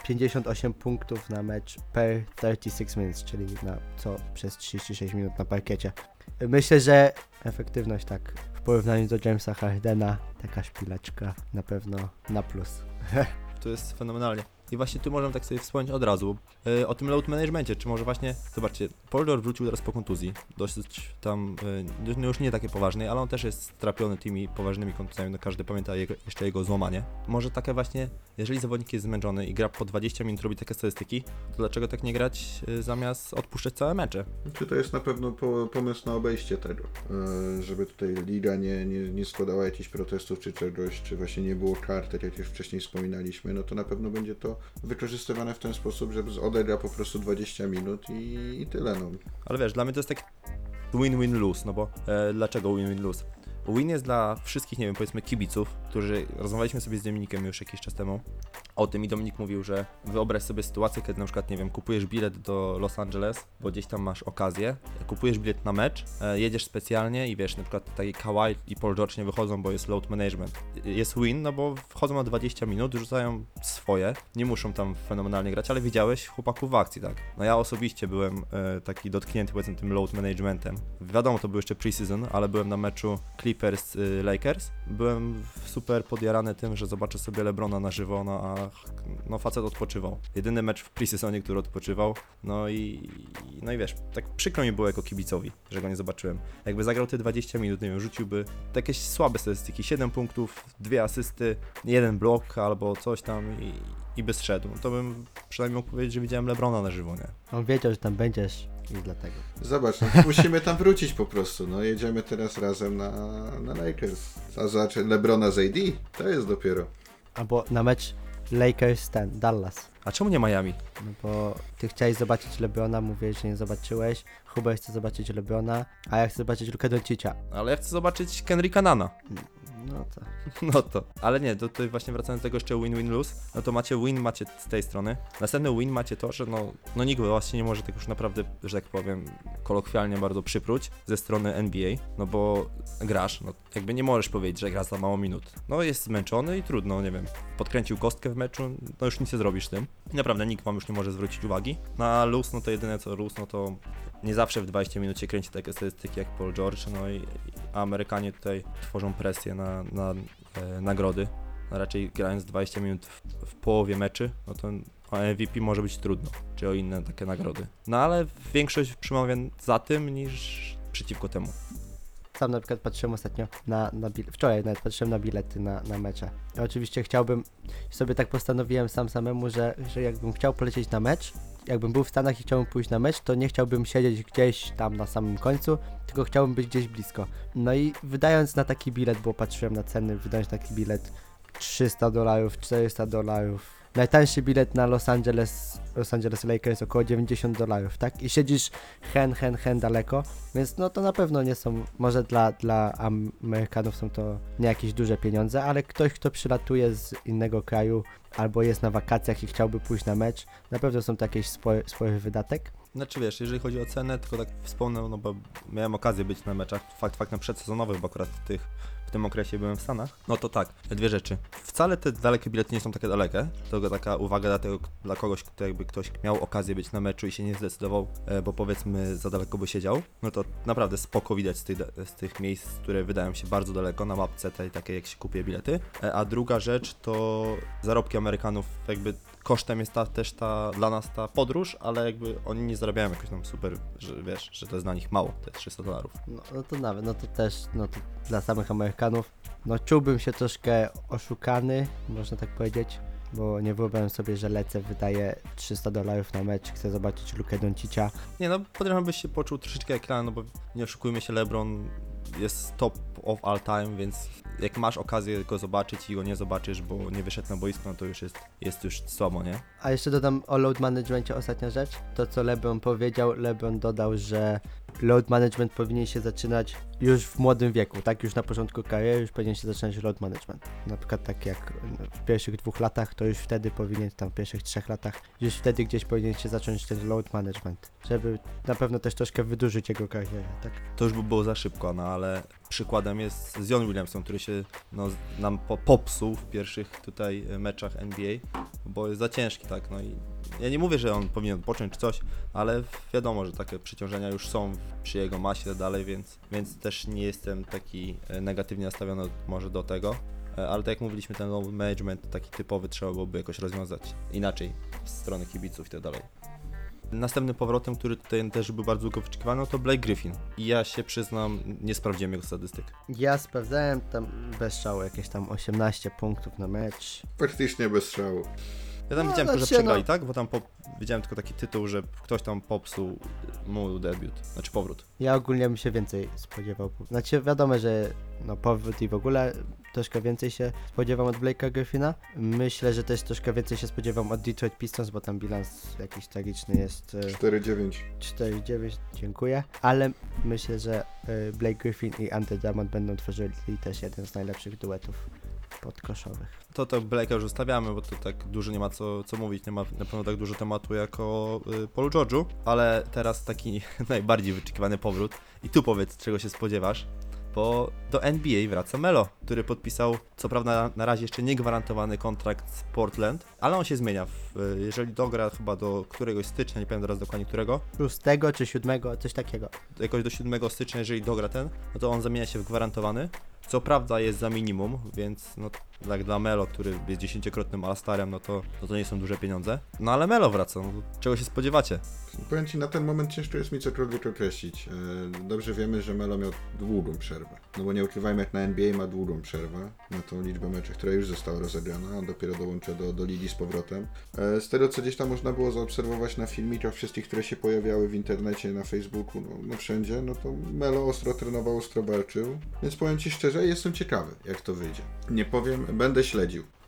58 punktów na mecz per 36 minutes, czyli przez 36 minut na parkiecie. Myślę, że efektywność tak w porównaniu do Jamesa Hardena, taka szpileczka na pewno na plus.
To jest fenomenalnie. I właśnie tu możemy tak sobie wspomnieć od razu o tym load managemencie, czy może właśnie, zobaczcie, Paul George wrócił teraz po kontuzji, dosyć tam, już nie takie poważnej, ale on też jest strapiony tymi poważnymi kontuzjami, no każdy pamięta jeszcze jego złamanie. Może takie właśnie, jeżeli zawodnik jest zmęczony i gra po 20 minut, robi takie statystyki, to dlaczego tak nie grać zamiast odpuszczać całe mecze?
Czy to jest na pewno pomysł na obejście tego, żeby tutaj liga nie składała jakichś protestów czy czegoś, czy właśnie nie było kar, tak jak już wcześniej wspominaliśmy, no to na pewno będzie to wykorzystywane w ten sposób, żeby odegra po prostu 20 minut i tyle, no.
Ale wiesz, dla mnie to jest taki win-win-lose, no bo dlaczego win-win-lose? Win jest dla wszystkich, nie wiem, powiedzmy kibiców, którzy rozmawialiśmy sobie z Dominikiem już jakiś czas temu o tym i Dominik mówił, że wyobraź sobie sytuację, kiedy na przykład, nie wiem, kupujesz bilet do Los Angeles, bo gdzieś tam masz okazję, kupujesz bilet na mecz, jedziesz specjalnie i wiesz, na przykład taki Kawhi i Paul George nie wychodzą, bo jest load management. Jest win, no bo wchodzą na 20 minut, rzucają swoje, nie muszą tam fenomenalnie grać, ale widziałeś chłopaków w akcji, tak? No ja osobiście byłem taki dotknięty, powiedzmy, tym load managementem. Wiadomo, to był jeszcze preseason, ale byłem na meczu Clippers Lakers. Byłem super podjarany tym, że zobaczę sobie LeBrona na żywo, no facet odpoczywał. Jedyny mecz w preseasonie, który odpoczywał, no i wiesz, tak przykro mi było jako kibicowi, że go nie zobaczyłem. Jakby zagrał te 20 minut, nie wiem, rzuciłby jakieś słabe statystyki, 7 punktów, 2 asysty, 1 blok albo coś tam i by zszedł. To bym przynajmniej mógł powiedzieć, że widziałem LeBrona na żywo, nie?
On wiedział, że tam będziesz i dlatego.
Zobacz, no, musimy tam wrócić po prostu, no jedziemy teraz razem na Lakers. A zobacz, LeBrona z AD, to jest dopiero.
Albo na mecz Lakers Dallas.
A czemu nie Miami?
No bo ty chciałeś zobaczyć LeBrona, mówiłeś, że nie zobaczyłeś. Hubert chce zobaczyć LeBrona, a ja chcę zobaczyć Lukę Doncicza.
Ale ja chcę zobaczyć Kendricka Nana.
No to.
No to, ale nie, to tutaj właśnie wracając do tego jeszcze win-win-lose, no to macie z tej strony. Następny win macie to, że no nikt właśnie nie może tak już naprawdę, że tak powiem, kolokwialnie bardzo przypróć ze strony NBA, no bo grasz, no jakby nie możesz powiedzieć, że grasz za mało minut. No jest zmęczony i trudno, nie wiem, podkręcił kostkę w meczu, no już nic nie zrobisz z tym. I naprawdę nikt wam już nie może zwrócić uwagi. Na lose, no to jedyne co lose, no to nie zawsze w 20 minut się kręci takie statystyki jak Paul George, no i Amerykanie tutaj tworzą presję na nagrody. No raczej grając 20 minut w połowie meczy, no to o MVP może być trudno, czy o inne takie nagrody. No ale większość przemawia za tym niż przeciwko temu.
Sam na przykład patrzyłem ostatnio wczoraj nawet patrzyłem na bilety na mecze. Ja oczywiście chciałbym, sobie tak postanowiłem samemu, że jakbym chciał polecieć na mecz, jakbym był w Stanach i chciałbym pójść na mecz, to nie chciałbym siedzieć gdzieś tam na samym końcu, tylko chciałbym być gdzieś blisko. No i wydając na taki bilet, bo patrzyłem na ceny, wydając taki bilet $300, $400, najtańszy bilet na Los Angeles Lakers około $90, tak? I siedzisz hen daleko, więc no to na pewno nie są, może dla Amerykanów są to nie jakieś duże pieniądze, ale ktoś, kto przylatuje z innego kraju albo jest na wakacjach i chciałby pójść na mecz, na pewno są to jakieś spory wydatek.
Znaczy wiesz, jeżeli chodzi o cenę, tylko tak wspomnę, no bo miałem okazję być na meczach, faktem przedsezonowych, bo akurat w tym okresie byłem w Stanach, no to tak, dwie rzeczy. Wcale te dalekie bilety nie są takie dalekie, to taka uwaga dla kogoś, kto jakby ktoś miał okazję być na meczu i się nie zdecydował, bo powiedzmy za daleko by siedział, no to naprawdę spoko widać z tych miejsc, które wydają się bardzo daleko na mapce tej takiej, jak się kupuje bilety. A druga rzecz to zarobki Amerykanów, jakby kosztem jest dla nas ta podróż, ale jakby oni nie zarabiają jakoś tam super, że wiesz, że to jest dla nich mało, te $300.
No to nawet, no to też, no to dla samych Amerykanów, no czułbym się troszkę oszukany, można tak powiedzieć, bo nie wyobrażam sobie, że lecę, wydaję $300 na mecz, chcę zobaczyć Lukę Doncicia.
Nie no, podejrzewam, byś się poczuł troszeczkę jak ja, no bo nie oszukujmy się, LeBron jest top of all time, więc jak masz okazję go zobaczyć i go nie zobaczysz, bo nie wyszedł na boisko, no to już jest już słabo, nie?
A jeszcze dodam o load managementie ostatnia rzecz. To co LeBron powiedział, LeBron dodał, że load management powinien się zaczynać już w młodym wieku, tak? Już na początku kariery już powinien się zaczynać load management. Na przykład tak jak w pierwszych 2 latach, to już wtedy powinien, tam w pierwszych 3 latach, już wtedy gdzieś powinien się zacząć ten load management, żeby na pewno też troszkę wydłużyć jego karierę, tak?
To już by było za szybko, no ale przykładem jest Zion Williamson, który się nam popsuł w pierwszych tutaj meczach NBA, bo jest za ciężki, tak, no i ja nie mówię, że on powinien odpocząć czy coś, ale wiadomo, że takie przeciążenia już są przy jego masie i tak dalej, więc też nie jestem taki negatywnie nastawiony może do tego, ale tak jak mówiliśmy, ten load management taki typowy trzeba byłoby jakoś rozwiązać inaczej z strony kibiców i tak dalej. Następnym powrotem, który tutaj też był bardzo długo wyczekiwany, to Blake Griffin. I ja się przyznam, nie sprawdziłem jego statystyk.
Ja sprawdzałem tam bez szału jakieś tam 18 punktów na mecz.
Praktycznie bez strzału.
Ja tam
No,
widziałem tylko, że
znaczy,
przegrali, tak? Bo tam widziałem tylko taki tytuł, że ktoś tam popsuł mu debiut, znaczy powrót.
Ja ogólnie bym się więcej spodziewał. Znaczy wiadomo, że no powrót i w ogóle troszkę więcej się spodziewam od Blake'a Griffina. Myślę, że też troszkę więcej się spodziewam od Detroit Pistons, bo tam bilans jakiś tragiczny jest.
4-9.
4-9, dziękuję. Ale myślę, że Blake Griffin i Andre Drummond będą tworzyli też jeden z najlepszych duetów podkoszowych.
To Blake'a już zostawiamy, bo to tak dużo nie ma co mówić, nie ma na pewno tak dużo tematu jak o Paulu George'u, ale teraz taki najbardziej wyczekiwany powrót i tu powiedz, czego się spodziewasz, bo do NBA wraca Melo, który podpisał, co prawda na razie jeszcze niegwarantowany kontrakt z Portland, ale on się zmienia, jeżeli dogra chyba do któregoś stycznia, nie pamiętam teraz dokładnie którego.
6 czy 7, coś takiego.
Jakoś do 7 stycznia, jeżeli dogra ten, no to on zamienia się w gwarantowany. Co prawda jest za minimum, więc no tak dla Melo, który jest 10-krotnym All-Starem, no to nie są duże pieniądze. No ale Melo wraca, no, czego się spodziewacie?
Powiem Ci, na ten moment ciężko jest mi cokolwiek określić. Dobrze wiemy, że Melo miał długą przerwę. No bo nie ukrywajmy, jak na NBA ma długą przerwę, na tą liczbę meczów, która już została rozegrana, a dopiero dołącza do ligi z powrotem. Z tego, co gdzieś tam można było zaobserwować na filmikach wszystkich, które się pojawiały w internecie, na Facebooku, no wszędzie, no to Melo ostro trenował, ostro walczył. Więc powiem Ci szczerze, jestem ciekawy, jak to wyjdzie. Nie powiem, będę śledził.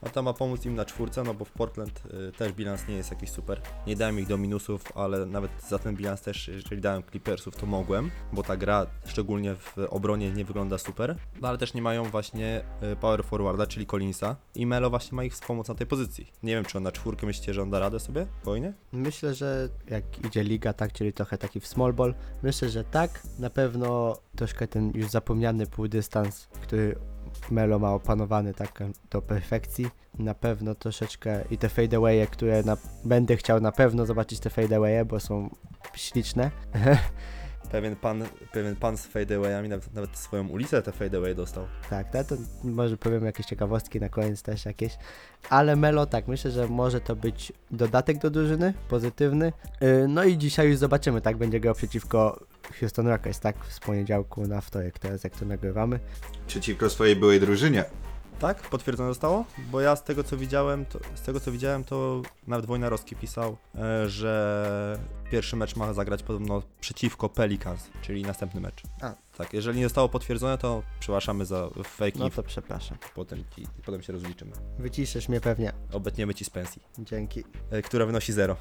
a to ma pomóc im na czwórce, no bo w Portland też bilans nie jest jakiś super. Nie dałem ich do minusów, ale nawet za ten bilans też, jeżeli dałem Clippersów, to mogłem, bo ta gra, szczególnie w obronie, nie wygląda super, no ale też nie mają właśnie power forwarda, czyli Collinsa i Melo właśnie ma ich wspomóc na tej pozycji. Nie wiem, czy on na czwórkę myślicie, że on da radę sobie? Wojnie?
Myślę, że jak idzie liga, tak, czyli trochę taki w small ball, myślę, że tak. Na pewno troszkę ten już zapomniany półdystans, który Melo ma opanowany tak do perfekcji. Na pewno troszeczkę i te fadeawaye, które będę chciał na pewno zobaczyć te fadeawaye, bo są śliczne.
Pewien pan z fadeawayami nawet swoją ulicę te fadeaway dostał.
Tak, to może powiem jakieś ciekawostki na koniec też jakieś. Ale Melo, tak, myślę, że może to być dodatek do drużyny, pozytywny. No i dzisiaj już zobaczymy, tak, będzie grał przeciwko Houston Rockets, tak, z poniedziałku na wtorek, teraz jak to nagrywamy.
Przeciwko swojej byłej drużynie.
Tak? Potwierdzone zostało? Bo ja z tego co widziałem, to nawet Wojnarowski pisał, że pierwszy mecz ma zagrać podobno przeciwko Pelicans, czyli następny mecz.
A.
Tak, jeżeli nie zostało potwierdzone, to przepraszamy za fake
No
news,
to przepraszam.
potem się rozliczymy.
Wyciszysz mnie pewnie.
Obetniemy ci z pensji,
Dzięki.
która wynosi 0.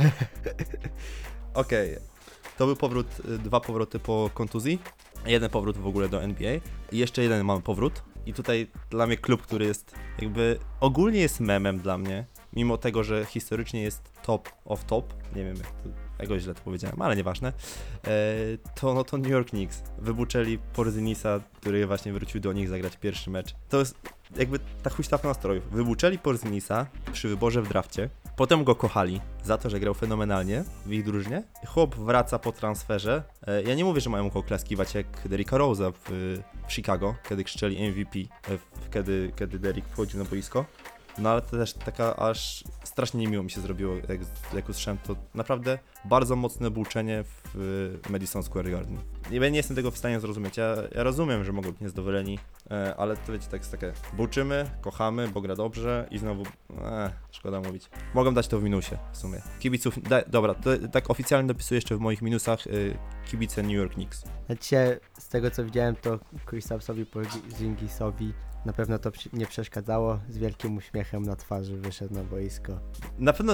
Okej. To był dwa powroty po kontuzji, jeden powrót w ogóle do NBA i jeszcze jeden mamy powrót. I tutaj dla mnie klub, który jest jakby ogólnie jest memem dla mnie, mimo tego, że historycznie jest top of top, nie wiem jak go źle to powiedziałem, ale nieważne, to New York Knicks wybuczeli Porzinisa, który właśnie wrócił do nich zagrać pierwszy mecz. To jest jakby ta huśtawka nastrojów. Wybuczeli Porzinisa przy wyborze w drafcie, potem go kochali za to, że grał fenomenalnie w ich drużynie. Chłop wraca po transferze. Ja nie mówię, że mają go oklaskiwać jak Derricka Rose'a w Chicago, kiedy krzyczeli MVP, kiedy Derrick wchodził na boisko. No ale to też taka aż strasznie niemiło mi się zrobiło, jak usłyszałem to naprawdę bardzo mocne buczenie w Madison Square Garden. Ja nie jestem tego w stanie zrozumieć. Ja rozumiem, że mogą być niezadowoleni, ale to wiecie, tak jest takie buczymy, kochamy, bo gra dobrze i znowu szkoda mówić. Mogę dać to w minusie w sumie. Kibiców, dobra, to tak oficjalnie dopisuję jeszcze w moich minusach kibice New York Knicks.
Ja dzisiaj z tego co widziałem, to Kristapsowi Porzingisowi na pewno to nie przeszkadzało. Z wielkim uśmiechem na twarzy wyszedł na boisko.
Na pewno,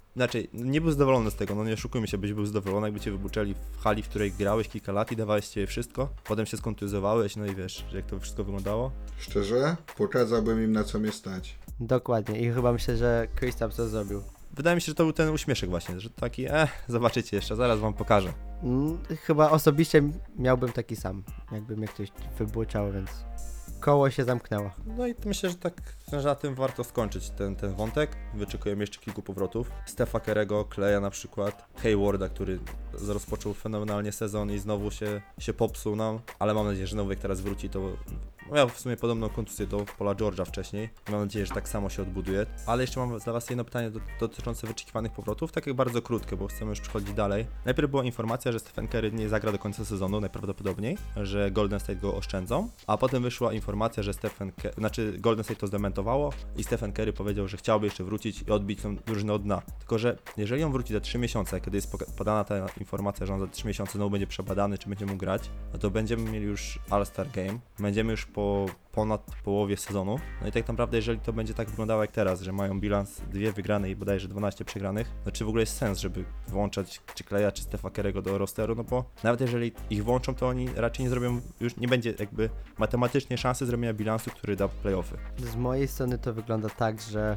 nie był zadowolony z tego, no nie oszukujmy się, byś był zadowolony, jakby cię wybuczeli w hali, w której grałeś kilka lat i dawałeś cię wszystko, potem się skontuzjowałeś, no i wiesz, jak to wszystko wyglądało.
Szczerze? Pokazałbym im, na co mnie stać.
Dokładnie i chyba myślę, że Kristaps to zrobił.
Wydaje mi się, że to był ten uśmieszek właśnie, że taki, zobaczycie jeszcze, zaraz wam pokażę.
Chyba osobiście miałbym taki sam, jakby mnie ktoś wybuczał, więc koło się zamknęło.
No i myślę, że na tym warto skończyć ten wątek. Wyczekujemy jeszcze kilku powrotów. Stefa Kerego, Kleja na przykład, Haywarda, który rozpoczął fenomenalnie sezon i znowu się popsuł nam, ale mam nadzieję, że Nowek teraz wróci, to miał w sumie podobną kontuzję do Paula George'a wcześniej. Mam nadzieję, że tak samo się odbuduje. Ale jeszcze mam dla was jedno pytanie dotyczące wyczekiwanych powrotów, takie bardzo krótkie, bo chcemy już przechodzić dalej. Najpierw była informacja, że Stephen Curry nie zagra do końca sezonu, najprawdopodobniej, że Golden State go oszczędzą, a potem wyszła informacja, że Golden State to zdementowało i Stephen Curry powiedział, że chciałby jeszcze wrócić i odbić tą drużynę od dna. Tylko że jeżeli on wróci za 3 miesiące, kiedy jest podana ta informacja, że on za 3 miesiące znowu będzie przebadany, czy będzie mógł grać, no to będziemy mieli już All-Star Game, będziemy już po ponad połowie sezonu. No i tak naprawdę, jeżeli to będzie tak wyglądało jak teraz, że mają bilans 2 wygrane i bodajże 12 przegranych, no czy w ogóle jest sens, żeby włączać czy Kleja, czy Stefa Kerego do rosteru, no bo nawet jeżeli ich włączą, to oni raczej nie zrobią, już nie będzie jakby matematycznie szansy zrobienia bilansu, który da playoffy.
Z mojej strony to wygląda tak, że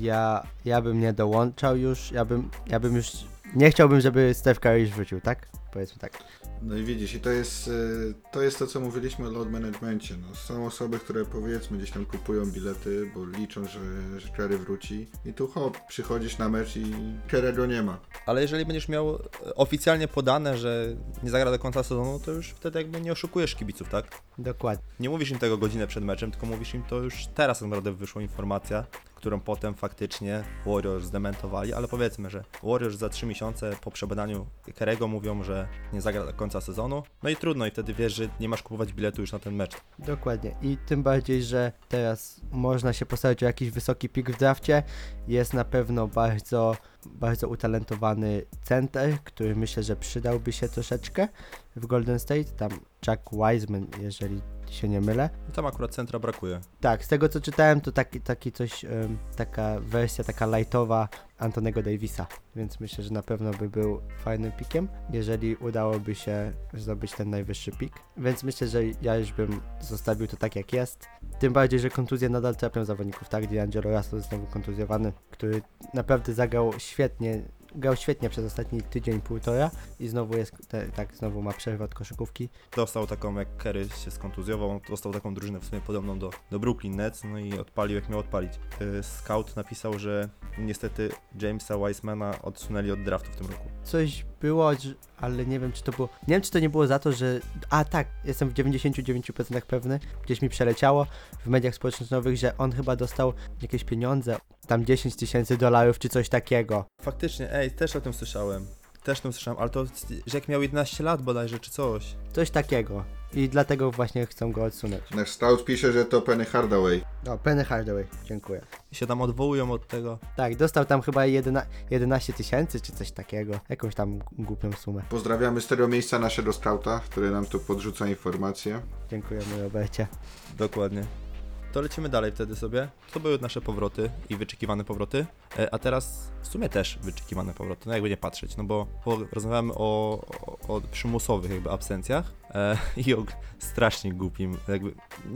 ja bym nie dołączał już, ja bym już nie chciałbym, żeby Steph Curry już wrócił, tak? Powiedzmy tak.
No i widzisz, i to jest to, co mówiliśmy o load managemencie. No, są osoby, które powiedzmy gdzieś tam kupują bilety, bo liczą, że Curry wróci i tu hop, przychodzisz na mecz i Curry'ego nie ma.
Ale jeżeli będziesz miał oficjalnie podane, że nie zagra do końca sezonu, to już wtedy jakby nie oszukujesz kibiców, tak?
Dokładnie.
Nie mówisz im tego godzinę przed meczem, tylko mówisz im to już teraz tak naprawdę wyszła informacja, którą potem faktycznie Warriors zdementowali, ale powiedzmy, że Warriors za 3 miesiące po przebadaniu Kerego mówią, że nie zagra do końca sezonu, no i trudno i wtedy wiesz, że nie masz kupować biletu już na ten mecz.
Dokładnie i tym bardziej, że teraz można się postawić o jakiś wysoki pik w drafcie, jest na pewno bardzo bardzo utalentowany center, który myślę, że przydałby się troszeczkę w Golden State. Tam Jack Wiseman, jeżeli się nie mylę.
Tam akurat centra brakuje.
Tak, z tego co czytałem, to taki coś, taka wersja, taka lightowa Antonego Davisa, więc myślę, że na pewno by był fajnym pikiem, jeżeli udałoby się zdobyć ten najwyższy pik. Więc myślę, że ja już bym zostawił to tak jak jest. Tym bardziej, że kontuzje nadal trapią zawodników, tak? D'Angelo Russell znowu kontuzjowany, który naprawdę grał świetnie przez ostatni tydzień, półtora i znowu jest, znowu ma przerwę od koszykówki.
Dostał taką, jak Curry się skontuzjował, dostał taką drużynę w sumie podobną do Brooklyn Nets, no i odpalił jak miał odpalić. Scout napisał, że niestety Jamesa Wisemana odsunęli od draftu w tym roku.
Coś było, ale nie wiem czy to było, nie wiem czy to nie było za to, że, tak, jestem w 99% pewny, gdzieś mi przeleciało w mediach społecznościowych, że on chyba dostał jakieś pieniądze, tam $10,000 czy coś takiego.
Faktycznie, też o tym słyszałem. Ale to, że jak miał 11 lat bodajże, czy coś.
Coś takiego. I dlatego właśnie chcą go odsunąć.
Nasz Stout pisze, że to Penny Hardaway.
No, Penny Hardaway, dziękuję.
I się tam odwołują od tego.
Tak, dostał tam chyba 11 000 czy coś takiego. Jakąś tam głupią sumę.
Pozdrawiamy z tego miejsca naszego Stouta, który nam tu podrzuca informacje.
Dziękujemy, Robercie.
Dokładnie. To lecimy dalej wtedy sobie. To były nasze powroty i wyczekiwane powroty, a teraz w sumie też wyczekiwane powroty, no jakby nie patrzeć, no bo rozmawiamy o przymusowych jakby absencjach i o strasznie głupim jakby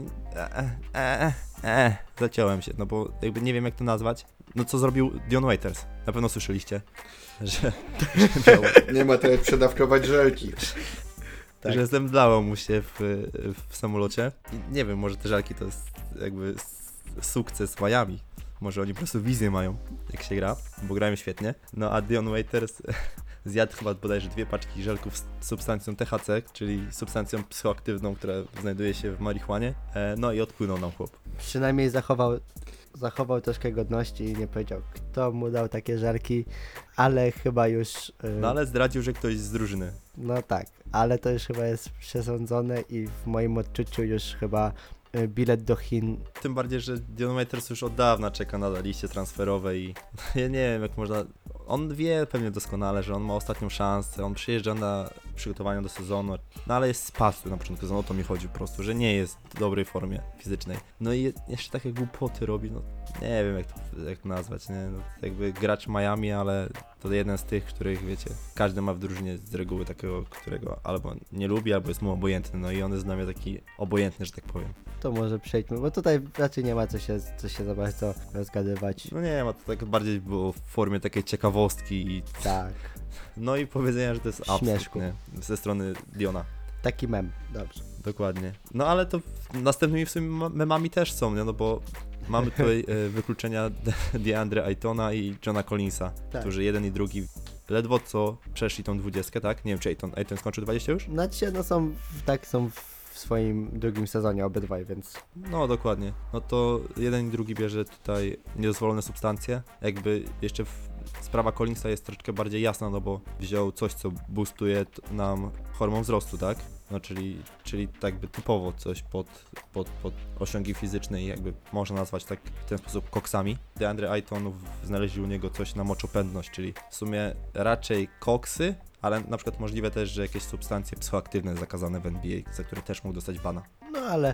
zaciąłem się, no bo jakby nie wiem jak to nazwać. No co zrobił Dion Waiters? Na pewno słyszeliście, że miał,
Nie ma teraz przedawkować żelki.
Tak.
że zemdlało mu się w samolocie. I nie wiem, może te żalki to jest jakby sukces Miami. Może oni po prostu wizję mają, jak się gra, bo grają świetnie. No a Dion Waiters zjadł chyba bodajże 2 paczki żelków z substancją THC, czyli substancją psychoaktywną, która znajduje się w marihuanie. No i odpłynął nam chłop.
Przynajmniej zachował troszkę godności i nie powiedział, kto mu dał takie żarki, ale chyba już...
No ale zdradził, że ktoś z drużyny.
No tak, ale to już chyba jest przesądzone i w moim odczuciu już chyba bilet do Chin.
Tym bardziej, że Dion Waiters już od dawna czeka na liście transferowej i ja nie wiem jak można... On wie pewnie doskonale, że on ma ostatnią szansę, on przyjeżdża na przygotowania do sezonu, no ale jest z pasu na początku sezonu, o to mi chodzi po prostu, że nie jest w dobrej formie fizycznej. No i jeszcze takie głupoty robi, no nie wiem jak to nazwać, nie? No, jakby gracz Miami, ale to jeden z tych, których wiecie, każdy ma w drużynie z reguły takiego, którego albo nie lubi, albo jest mu obojętny, no i on jest dla mnie taki obojętny, że tak powiem.
To może przejdźmy, bo tutaj raczej nie ma co się za bardzo rozgadywać.
No nie ma, to tak bardziej było w formie takiej ciekawostki i
Tak,
no i powiedzenia, że to jest absurd,
Śmieszku.
nie? Ze strony Diona.
taki mem, dobrze.
Dokładnie. No ale to następnymi w sumie memami też są, nie? No bo mamy tutaj wykluczenia DeAndre Aytona i Johna Collinsa,
Tak.
którzy jeden i drugi ledwo co przeszli tą 20, tak? Nie wiem, czy Ayton skończył 20 już?
Znaczy, no są w swoim drugim sezonie obydwaj, więc
No dokładnie. No to jeden i drugi bierze tutaj niedozwolone substancje. Jakby jeszcze sprawa Collinsa jest troszeczkę bardziej jasna, no bo wziął coś, co boostuje nam hormon wzrostu, tak? No czyli tak jakby typowo coś pod osiągi fizyczne i jakby można nazwać tak w ten sposób koksami. DeAndre Ayton znaleźli u niego coś na moczopędność, czyli w sumie raczej koksy, ale na przykład możliwe też, że jakieś substancje psychoaktywne zakazane w NBA, za które też mógł dostać bana.
no ale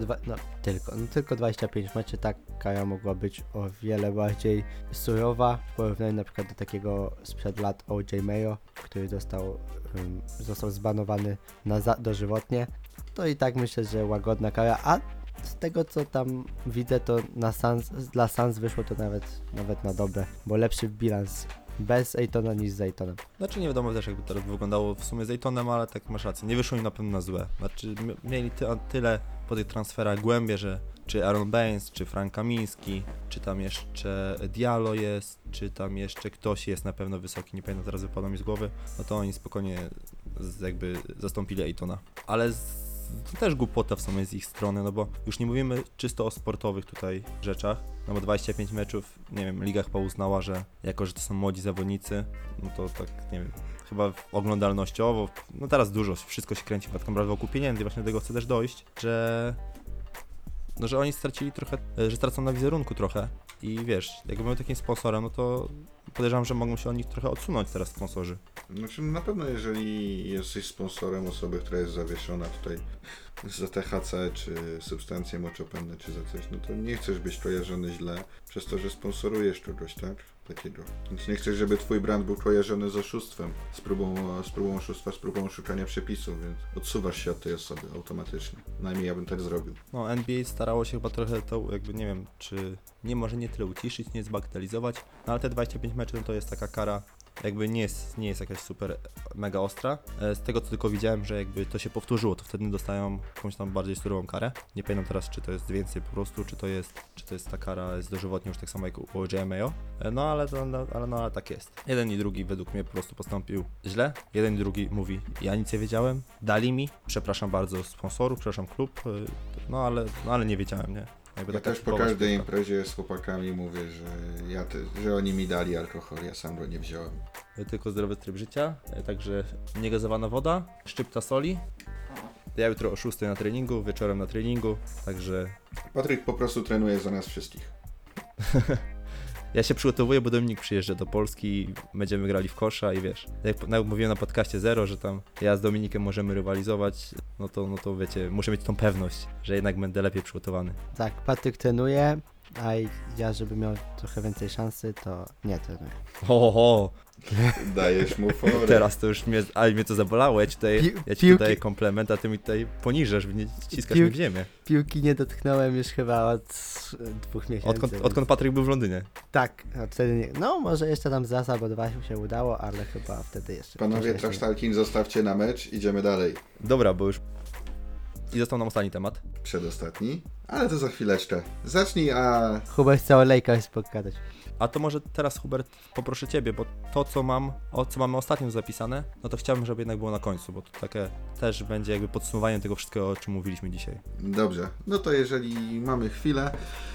tylko 25 meczy, tak kara mogła być o wiele bardziej surowa w porównaniu na przykład do takiego sprzed lat OJ Mayo, który został zbanowany dożywotnie. To i tak myślę, że łagodna kara, a z tego co tam widzę, to dla Suns wyszło to nawet na dobre, bo lepszy bilans bez Aytona niż z Aytonem.
Znaczy nie wiadomo też jakby teraz wyglądało w sumie z Aytonem, ale tak masz rację, nie wyszło im na pewno na złe. Znaczy mieli tyle po tych transferach głębie, że czy Aaron Baines, czy Frank Kamiński, czy tam jeszcze Diallo jest, czy tam jeszcze ktoś jest na pewno wysoki, nie pamiętam, teraz wypadło mi z głowy, no to oni spokojnie jakby zastąpili Aytona. Ale to też głupota w sumie z ich strony, no bo już nie mówimy czysto o sportowych tutaj rzeczach, no bo 25 meczów, nie wiem, liga chyba uznała, że jako, że to są młodzi zawodnicy, no to tak, nie wiem, chyba oglądalnościowo, no teraz dużo, wszystko się kręci tak naprawdę wokół pieniędzy, właśnie do tego chcę też dojść, że oni stracili trochę, że stracą na wizerunku trochę i wiesz, jakby był takim sponsorem, no to podejrzewam, że mogą się od nich trochę odsunąć teraz sponsorzy.
Znaczy na pewno jeżeli jesteś sponsorem osoby, która jest zawieszona tutaj za THC, czy substancje moczopędne, czy za coś, no to nie chcesz być kojarzony źle przez to, że sponsorujesz kogoś, tak? Takiego. Więc nie chcesz, żeby twój brand był kojarzony z oszustwem, z próbą oszustwa, z próbą oszukania przepisów, więc odsuwasz się od tej osoby automatycznie. Najmniej ja bym tak zrobił.
No, NBA starało się chyba trochę to, jakby nie wiem, czy może nie tyle uciszyć, nie zbagatelizować, no ale te 25 meczów no to jest taka kara, jakby nie jest jakaś super mega ostra. Z tego co tylko widziałem, że jakby to się powtórzyło, to wtedy dostają jakąś tam bardziej surową karę. Nie pamiętam teraz, czy to jest więcej po prostu, czy to jest ta kara jest dożywotnia już tak samo jak u OJMAO. No ale tak jest. Jeden i drugi według mnie po prostu postąpił źle. Jeden i drugi mówi, ja nic nie wiedziałem, dali mi, przepraszam bardzo sponsorów, przepraszam klub, no ale nie wiedziałem, nie? Jakby
Ja
taka
też po
typowa
każdej
sztuka.
imprezie z chłopakami mówię, że oni mi dali alkohol, ja sam go nie wziąłem.
Tylko zdrowy tryb życia, także niegazowana woda, szczypta soli. Ja jutro o 6 na treningu, wieczorem na treningu, także
Patryk po prostu trenuje za nas wszystkich.
ja się przygotowuję, bo Dominik przyjeżdża do Polski i będziemy grali w kosza i wiesz, jak mówiłem na podcaście Zero, że tam ja z Dominikiem możemy rywalizować, no to wiecie, muszę mieć tą pewność, że jednak będę lepiej przygotowany.
Tak, Patryk trenuje, a ja, żeby miał trochę więcej szansy, to nie trenuję.
Ho,
Dajesz mu forę.
teraz to już mnie to zabolało, ja ci
Piłki-
tutaj daję komplement, a ty mi tutaj poniżasz, nie ściskasz mnie w ziemię.
Piłki nie dotknąłem już chyba od 2 miesięcy.
Odkąd Patryk był w Londynie.
Tak, od wtedy nie. No może jeszcze tam raz albo 2 się udało, ale chyba wtedy jeszcze.
Panowie,
może jeszcze nie.
Trasztalkin zostawcie na mecz, idziemy dalej.
Dobra, bo już... I został nam ostatni temat.
Przedostatni, ale to za chwileczkę. Zacznij, a
Hubert chce o Lakers pogadać.
A to może teraz, Hubert, poproszę Ciebie, bo to, co mamy ostatnio zapisane, no to chciałbym, żeby jednak było na końcu, bo to takie też będzie jakby podsumowanie tego wszystkiego, o czym mówiliśmy dzisiaj.
dobrze. No to jeżeli mamy chwilę,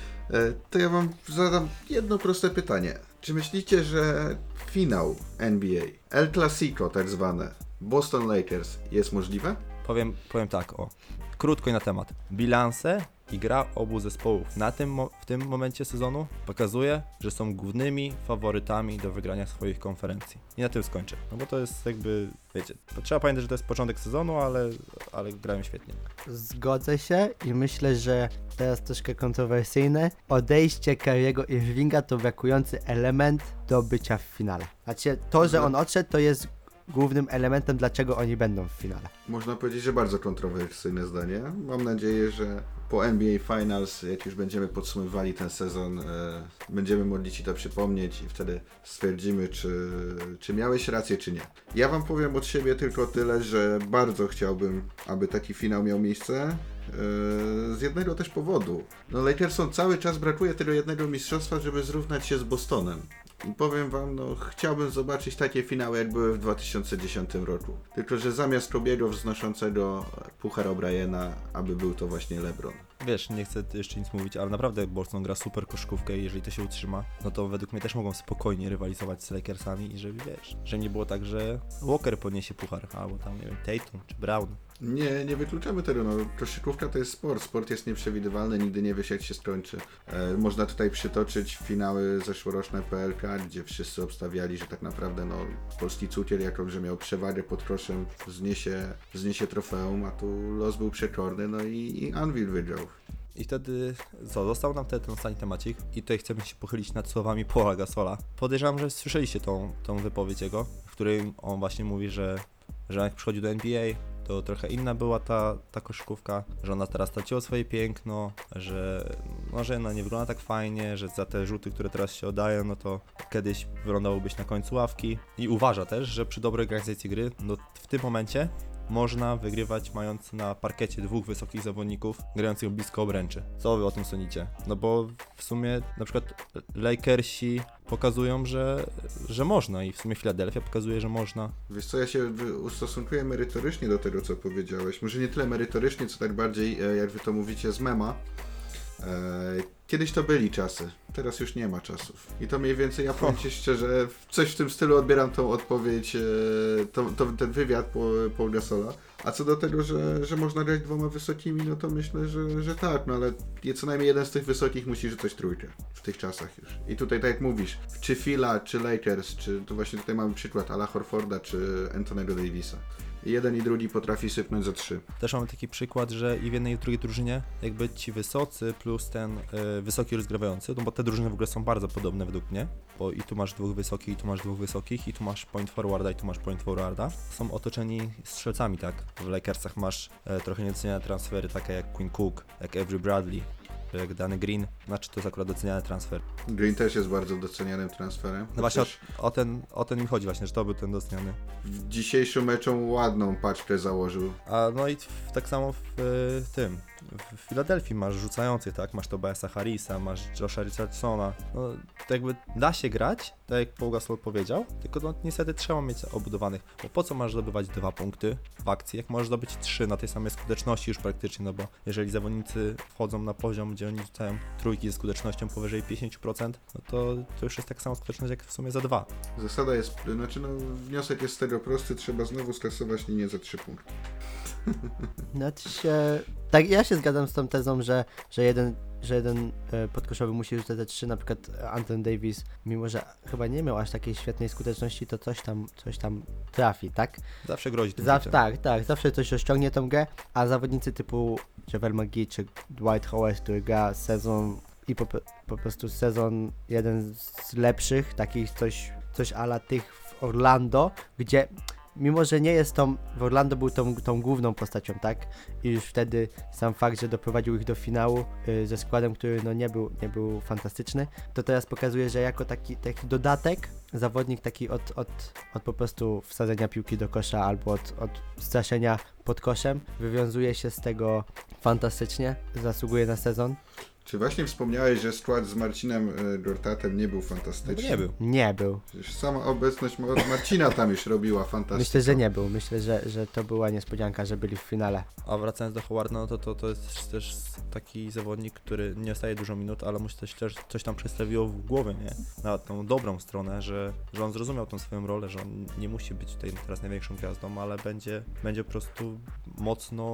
to ja wam zadam jedno proste pytanie. Czy myślicie, że finał NBA, El Clasico tak zwane, Boston Lakers jest możliwe?
Powiem tak, krótko i na temat. Bilanse i gra obu zespołów w tym momencie sezonu pokazuje, że są głównymi faworytami do wygrania swoich konferencji. I na tym skończę. No bo to jest jakby, wiecie, trzeba pamiętać, że to jest początek sezonu, ale grają świetnie.
Zgodzę się i myślę, że teraz troszkę kontrowersyjne. Odejście Kyriego Irvinga to brakujący element do bycia w finale. Znaczy to, że on odszedł, to jest głównym elementem, dlaczego oni będą w finale.
Można powiedzieć, że bardzo kontrowersyjne zdanie. Mam nadzieję, że po NBA Finals, jak już będziemy podsumowywali ten sezon, będziemy mogli Ci to przypomnieć i wtedy stwierdzimy, czy miałeś rację, czy nie. Ja Wam powiem od siebie tylko tyle, że bardzo chciałbym, aby taki finał miał miejsce. Z jednego też powodu. No Lakersom cały czas brakuje tego jednego mistrzostwa, żeby zrównać się z Bostonem. I powiem wam, no chciałbym zobaczyć takie finały, jak były w 2010 roku. Tylko, że zamiast Kobiego wznoszącego puchar O'Briena, aby był to właśnie LeBron.
Wiesz, nie chcę jeszcze nic mówić, ale naprawdę Boston gra super koszykówkę i jeżeli to się utrzyma, no to według mnie też mogą spokojnie rywalizować z Lakersami i żeby, wiesz, że nie było tak, że Walker podniesie puchar, albo tam, nie wiem, Tatum czy Brown.
Nie wykluczamy tego, no koszykówka to jest sport jest nieprzewidywalny, nigdy nie wiesz jak się skończy. Można tutaj przytoczyć finały zeszłoroczne PLK, gdzie wszyscy obstawiali, że tak naprawdę no polski cukier, jako że miał przewagę pod koszem, wzniesie trofeum, a tu los był przekorny, no i Anvil wygrał.
I wtedy, został nam ten ostatni temacik i tutaj chcemy się pochylić nad słowami Paula Gasola. Podejrzewam, że słyszeliście tą wypowiedź jego, w której on właśnie mówi, że jak przychodzi do NBA, to trochę inna była ta koszykówka, że ona teraz straciła swoje piękno, że ona nie wygląda tak fajnie, że za te rzuty, które teraz się oddają, no to kiedyś wyglądałobyś na końcu ławki. I uważa też, że przy dobrej organizacji gry, no w tym momencie można wygrywać mając na parkiecie 2 wysokich zawodników grających blisko obręczy. Co wy o tym sądzicie? No bo w sumie na przykład Lakersi pokazują, że można i w sumie Philadelphia pokazuje, że można.
Wiesz co, ja się ustosunkuję merytorycznie do tego, co powiedziałeś. Może nie tyle merytorycznie, co tak bardziej, jak wy to mówicie, z mema. Kiedyś to byli czasy, teraz już nie ma czasów. I to mniej więcej, ja powiem Ci szczerze, coś w tym stylu odbieram tą odpowiedź, ten wywiad Paul Gasola. A co do tego, że można grać dwoma wysokimi, no to myślę, że tak, no ale co najmniej jeden z tych wysokich musi rzucać trójkę w tych czasach już. I tutaj tak jak mówisz, czy Phila, czy Lakers, czy to właśnie tutaj mamy przykład Ala Horforda, czy Anthony'ego Davisa. I jeden i drugi potrafi sypnąć za 3.
Też mamy taki przykład, że i w jednej i w drugiej drużynie jakby ci wysocy plus ten wysoki rozgrywający, no bo te drużyny w ogóle są bardzo podobne według mnie, bo i tu masz dwóch wysokich, i tu masz dwóch wysokich, i tu masz point forwarda, i tu masz point forwarda. Są otoczeni strzelcami, tak? W Lakersach masz trochę niedoceniane transfery, takie jak Quinn Cook, jak Avery Bradley, jak Danny Green, znaczy to jest akurat doceniany transfer.
Green też jest bardzo docenianym transferem.
No właśnie
Chociaż
o ten mi chodzi właśnie, że to był ten doceniany.
w dzisiejszym meczu ładną paczkę założył.
A no i tak samo w Filadelfii masz rzucających, tak? Masz Tobiasa Harrisa, masz Josha Richardsona. No to jakby da się grać, tak jak Paul Gasol powiedział, tylko no niestety trzeba mieć obudowanych. Bo po co masz zdobywać 2 punkty w akcji, jak możesz zdobyć 3 na tej samej skuteczności już praktycznie, no bo jeżeli zawodnicy wchodzą na poziom, gdzie oni rzucają trójki ze skutecznością powyżej 50%, no to już jest tak sama skuteczność jak w sumie za 2.
Zasada jest, wniosek jest z tego prosty, trzeba znowu skasować linię za 3 punkty.
Znaczy się... Tak, ja się zgadzam z tą tezą, że jeden podkoszowy musi rzucać te 3, na przykład Anthony Davis, mimo że chyba nie miał aż takiej świetnej skuteczności, to coś tam trafi, tak?
Zawsze grozi tym rzutem.
Tak, zawsze coś rozciągnie tą grę, a zawodnicy typu JaVale McGee czy Dwight Howard, który gra sezon i po prostu sezon jeden z lepszych, takich coś a la tych w Orlando, gdzie mimo że nie jest w Orlando był tą główną postacią, tak? I już wtedy sam fakt, że doprowadził ich do finału ze składem, który no nie był fantastyczny, to teraz pokazuje, że jako taki dodatek, zawodnik taki od po prostu wsadzenia piłki do kosza albo od straszenia pod koszem, wywiązuje się z tego fantastycznie, zasługuje na sezon.
Czy właśnie wspomniałeś, że skład z Marcinem Gortatem nie był fantastyczny?
No nie był.
Nie był.
Przecież sama obecność Marcina tam już robiła fantastycznie.
Myślę, że nie był. Myślę, że to była niespodzianka, że byli w finale.
A wracając do Howarda, no to jest też taki zawodnik, który nie staje dużo minut, ale mu się też coś tam przestawiło w głowie, nie? Na tą dobrą stronę, że on zrozumiał tą swoją rolę, że on nie musi być tutaj teraz największą gwiazdą, ale będzie po prostu mocno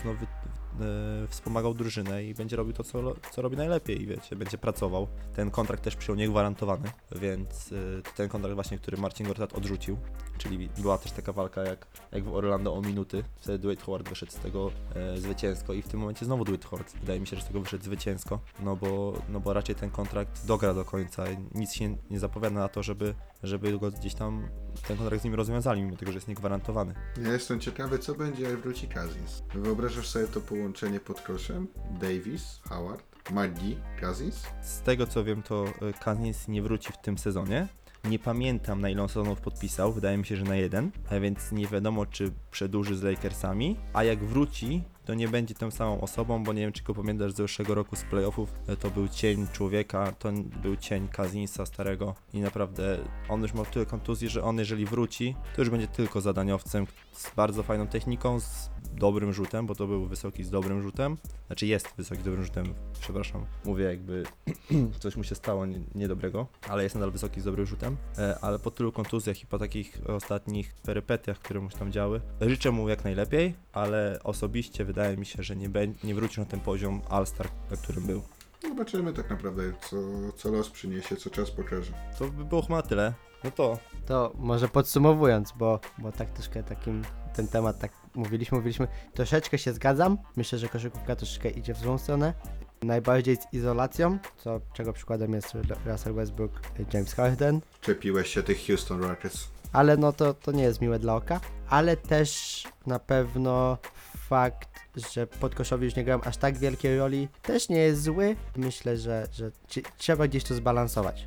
wspomagał drużynę i będzie robił to, co robi najlepiej i wiecie, będzie pracował. Ten kontrakt też przyjął niegwarantowany, więc ten kontrakt właśnie, który Marcin Gortat odrzucił, czyli była też taka walka jak w Orlando o minuty, wtedy Dwight Howard wyszedł z tego zwycięsko i w tym momencie znowu Dwight Howard wydaje mi się, że z tego wyszedł zwycięsko, no bo raczej ten kontrakt dogra do końca i nic się nie zapowiada na to, żeby go gdzieś tam ten kontrakt z nim rozwiązali, mimo tego, że jest niegwarantowany.
Ja jestem ciekawy, co będzie, jak wróci Cousins. Wyobrażasz sobie to połączenie pod koszem? Davis, Howard, McGee, Cousins?
Z tego co wiem, to Cousins nie wróci w tym sezonie. Nie pamiętam, na ile on sezonów podpisał, wydaje mi się, że na 1, a więc nie wiadomo, czy przedłuży z Lakersami, a jak wróci, to nie będzie tą samą osobą, bo nie wiem, czy go pamiętasz z zeszłego roku z playoffów, to był cień człowieka, to był cień Cousinsa starego i naprawdę on już ma tyle kontuzji, że on jeżeli wróci, to już będzie tylko zadaniowcem z bardzo fajną techniką, z dobrym rzutem, bo to był wysoki z dobrym rzutem, znaczy jest wysoki z dobrym rzutem, przepraszam, mówię jakby coś mu się stało niedobrego, ale jest nadal wysoki z dobrym rzutem, ale po tylu kontuzjach i po takich ostatnich perypetiach, które mu się tam działy, życzę mu jak najlepiej, ale osobiście wydaje mi się, że nie wróci na ten poziom All-Star, na którym był.
Zobaczymy tak naprawdę, co los przyniesie, co czas pokaże.
To by było chyba tyle. No
To może podsumowując, bo tak troszkę ten temat tak mówiliśmy, troszeczkę się zgadzam, myślę, że koszykówka troszeczkę idzie w złą stronę, najbardziej z izolacją, czego przykładem jest Russell Westbrook, James Harden.
Czepiłeś się tych Houston Rockets.
Ale no to nie jest miłe dla oka, ale też na pewno fakt, że podkoszowi już nie grają aż tak wielkiej roli, też nie jest zły. Myślę, że trzeba gdzieś to zbalansować.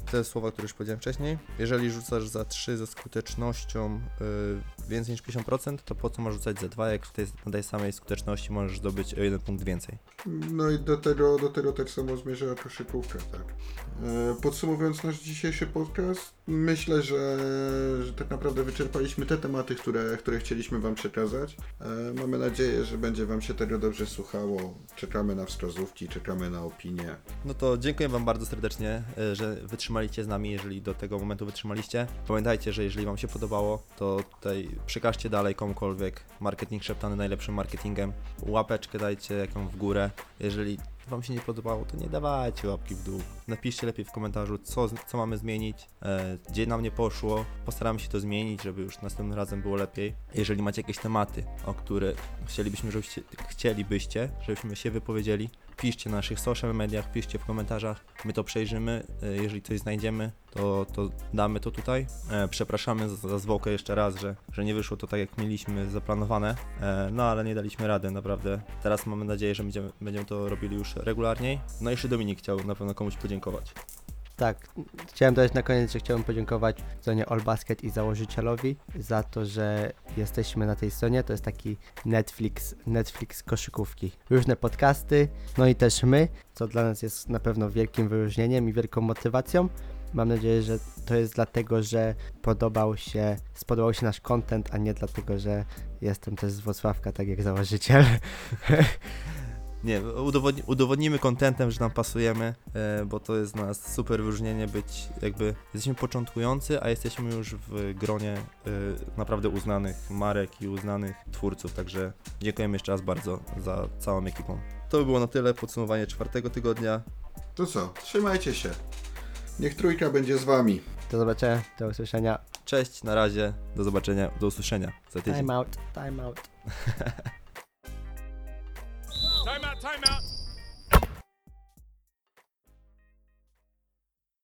te słowa, które już powiedziałem wcześniej. Jeżeli rzucasz za 3 ze skutecznością więcej niż 50%, to po co masz rzucać za 2, jak na tej samej skuteczności możesz zdobyć o 1 punkt więcej.
No i do tego tak samo zmierza koszykówka, tak. Podsumowując nasz dzisiejszy podcast, myślę, że tak naprawdę wyczerpaliśmy te tematy, które chcieliśmy Wam przekazać. Mamy nadzieję, że będzie Wam się tego dobrze słuchało. Czekamy na wskazówki, czekamy na opinie.
No to dziękuję Wam bardzo serdecznie, że wytrzymaliście z nami, jeżeli do tego momentu wytrzymaliście. Pamiętajcie, że jeżeli Wam się podobało, to tutaj przekażcie dalej komukolwiek. Marketing szeptany najlepszym marketingiem. Łapeczkę dajcie jaką w górę. Jeżeli Wam się nie podobało, to nie dawajcie łapki w dół. Napiszcie lepiej w komentarzu, co mamy zmienić, gdzie nam nie poszło. Postaramy się to zmienić, żeby już następnym razem było lepiej. Jeżeli macie jakieś tematy, o które chcielibyście, żebyśmy się wypowiedzieli, piszcie na naszych social mediach, piszcie w komentarzach, my to przejrzymy, jeżeli coś znajdziemy, to damy to tutaj. Przepraszamy za zwłokę jeszcze raz, że nie wyszło to tak jak mieliśmy zaplanowane, no ale nie daliśmy rady, naprawdę. Teraz mamy nadzieję, że będziemy to robili już regularniej. No i jeszcze Dominik chciał na pewno komuś podziękować.
Tak, chciałem dodać na koniec, że chciałbym podziękować stronie All Basket i założycielowi za to, że jesteśmy na tej stronie. To jest taki Netflix koszykówki. Różne podcasty, no i też my, co dla nas jest na pewno wielkim wyróżnieniem i wielką motywacją. Mam nadzieję, że to jest dlatego, że spodobał się nasz content, a nie dlatego, że jestem też z Wrocławka, tak jak założyciel.
Nie, udowodnimy kontentem, że nam pasujemy, bo to jest dla nas super wyróżnienie jesteśmy początkujący, a jesteśmy już w gronie naprawdę uznanych marek i uznanych twórców, także dziękujemy jeszcze raz bardzo za całą ekipą. To by było na tyle, podsumowanie 4. tygodnia.
To co? Trzymajcie się. Niech trójka będzie z Wami.
Do zobaczenia, do usłyszenia.
Cześć, na razie, do zobaczenia, do usłyszenia za tydzień.
Time out.
Time out, time out.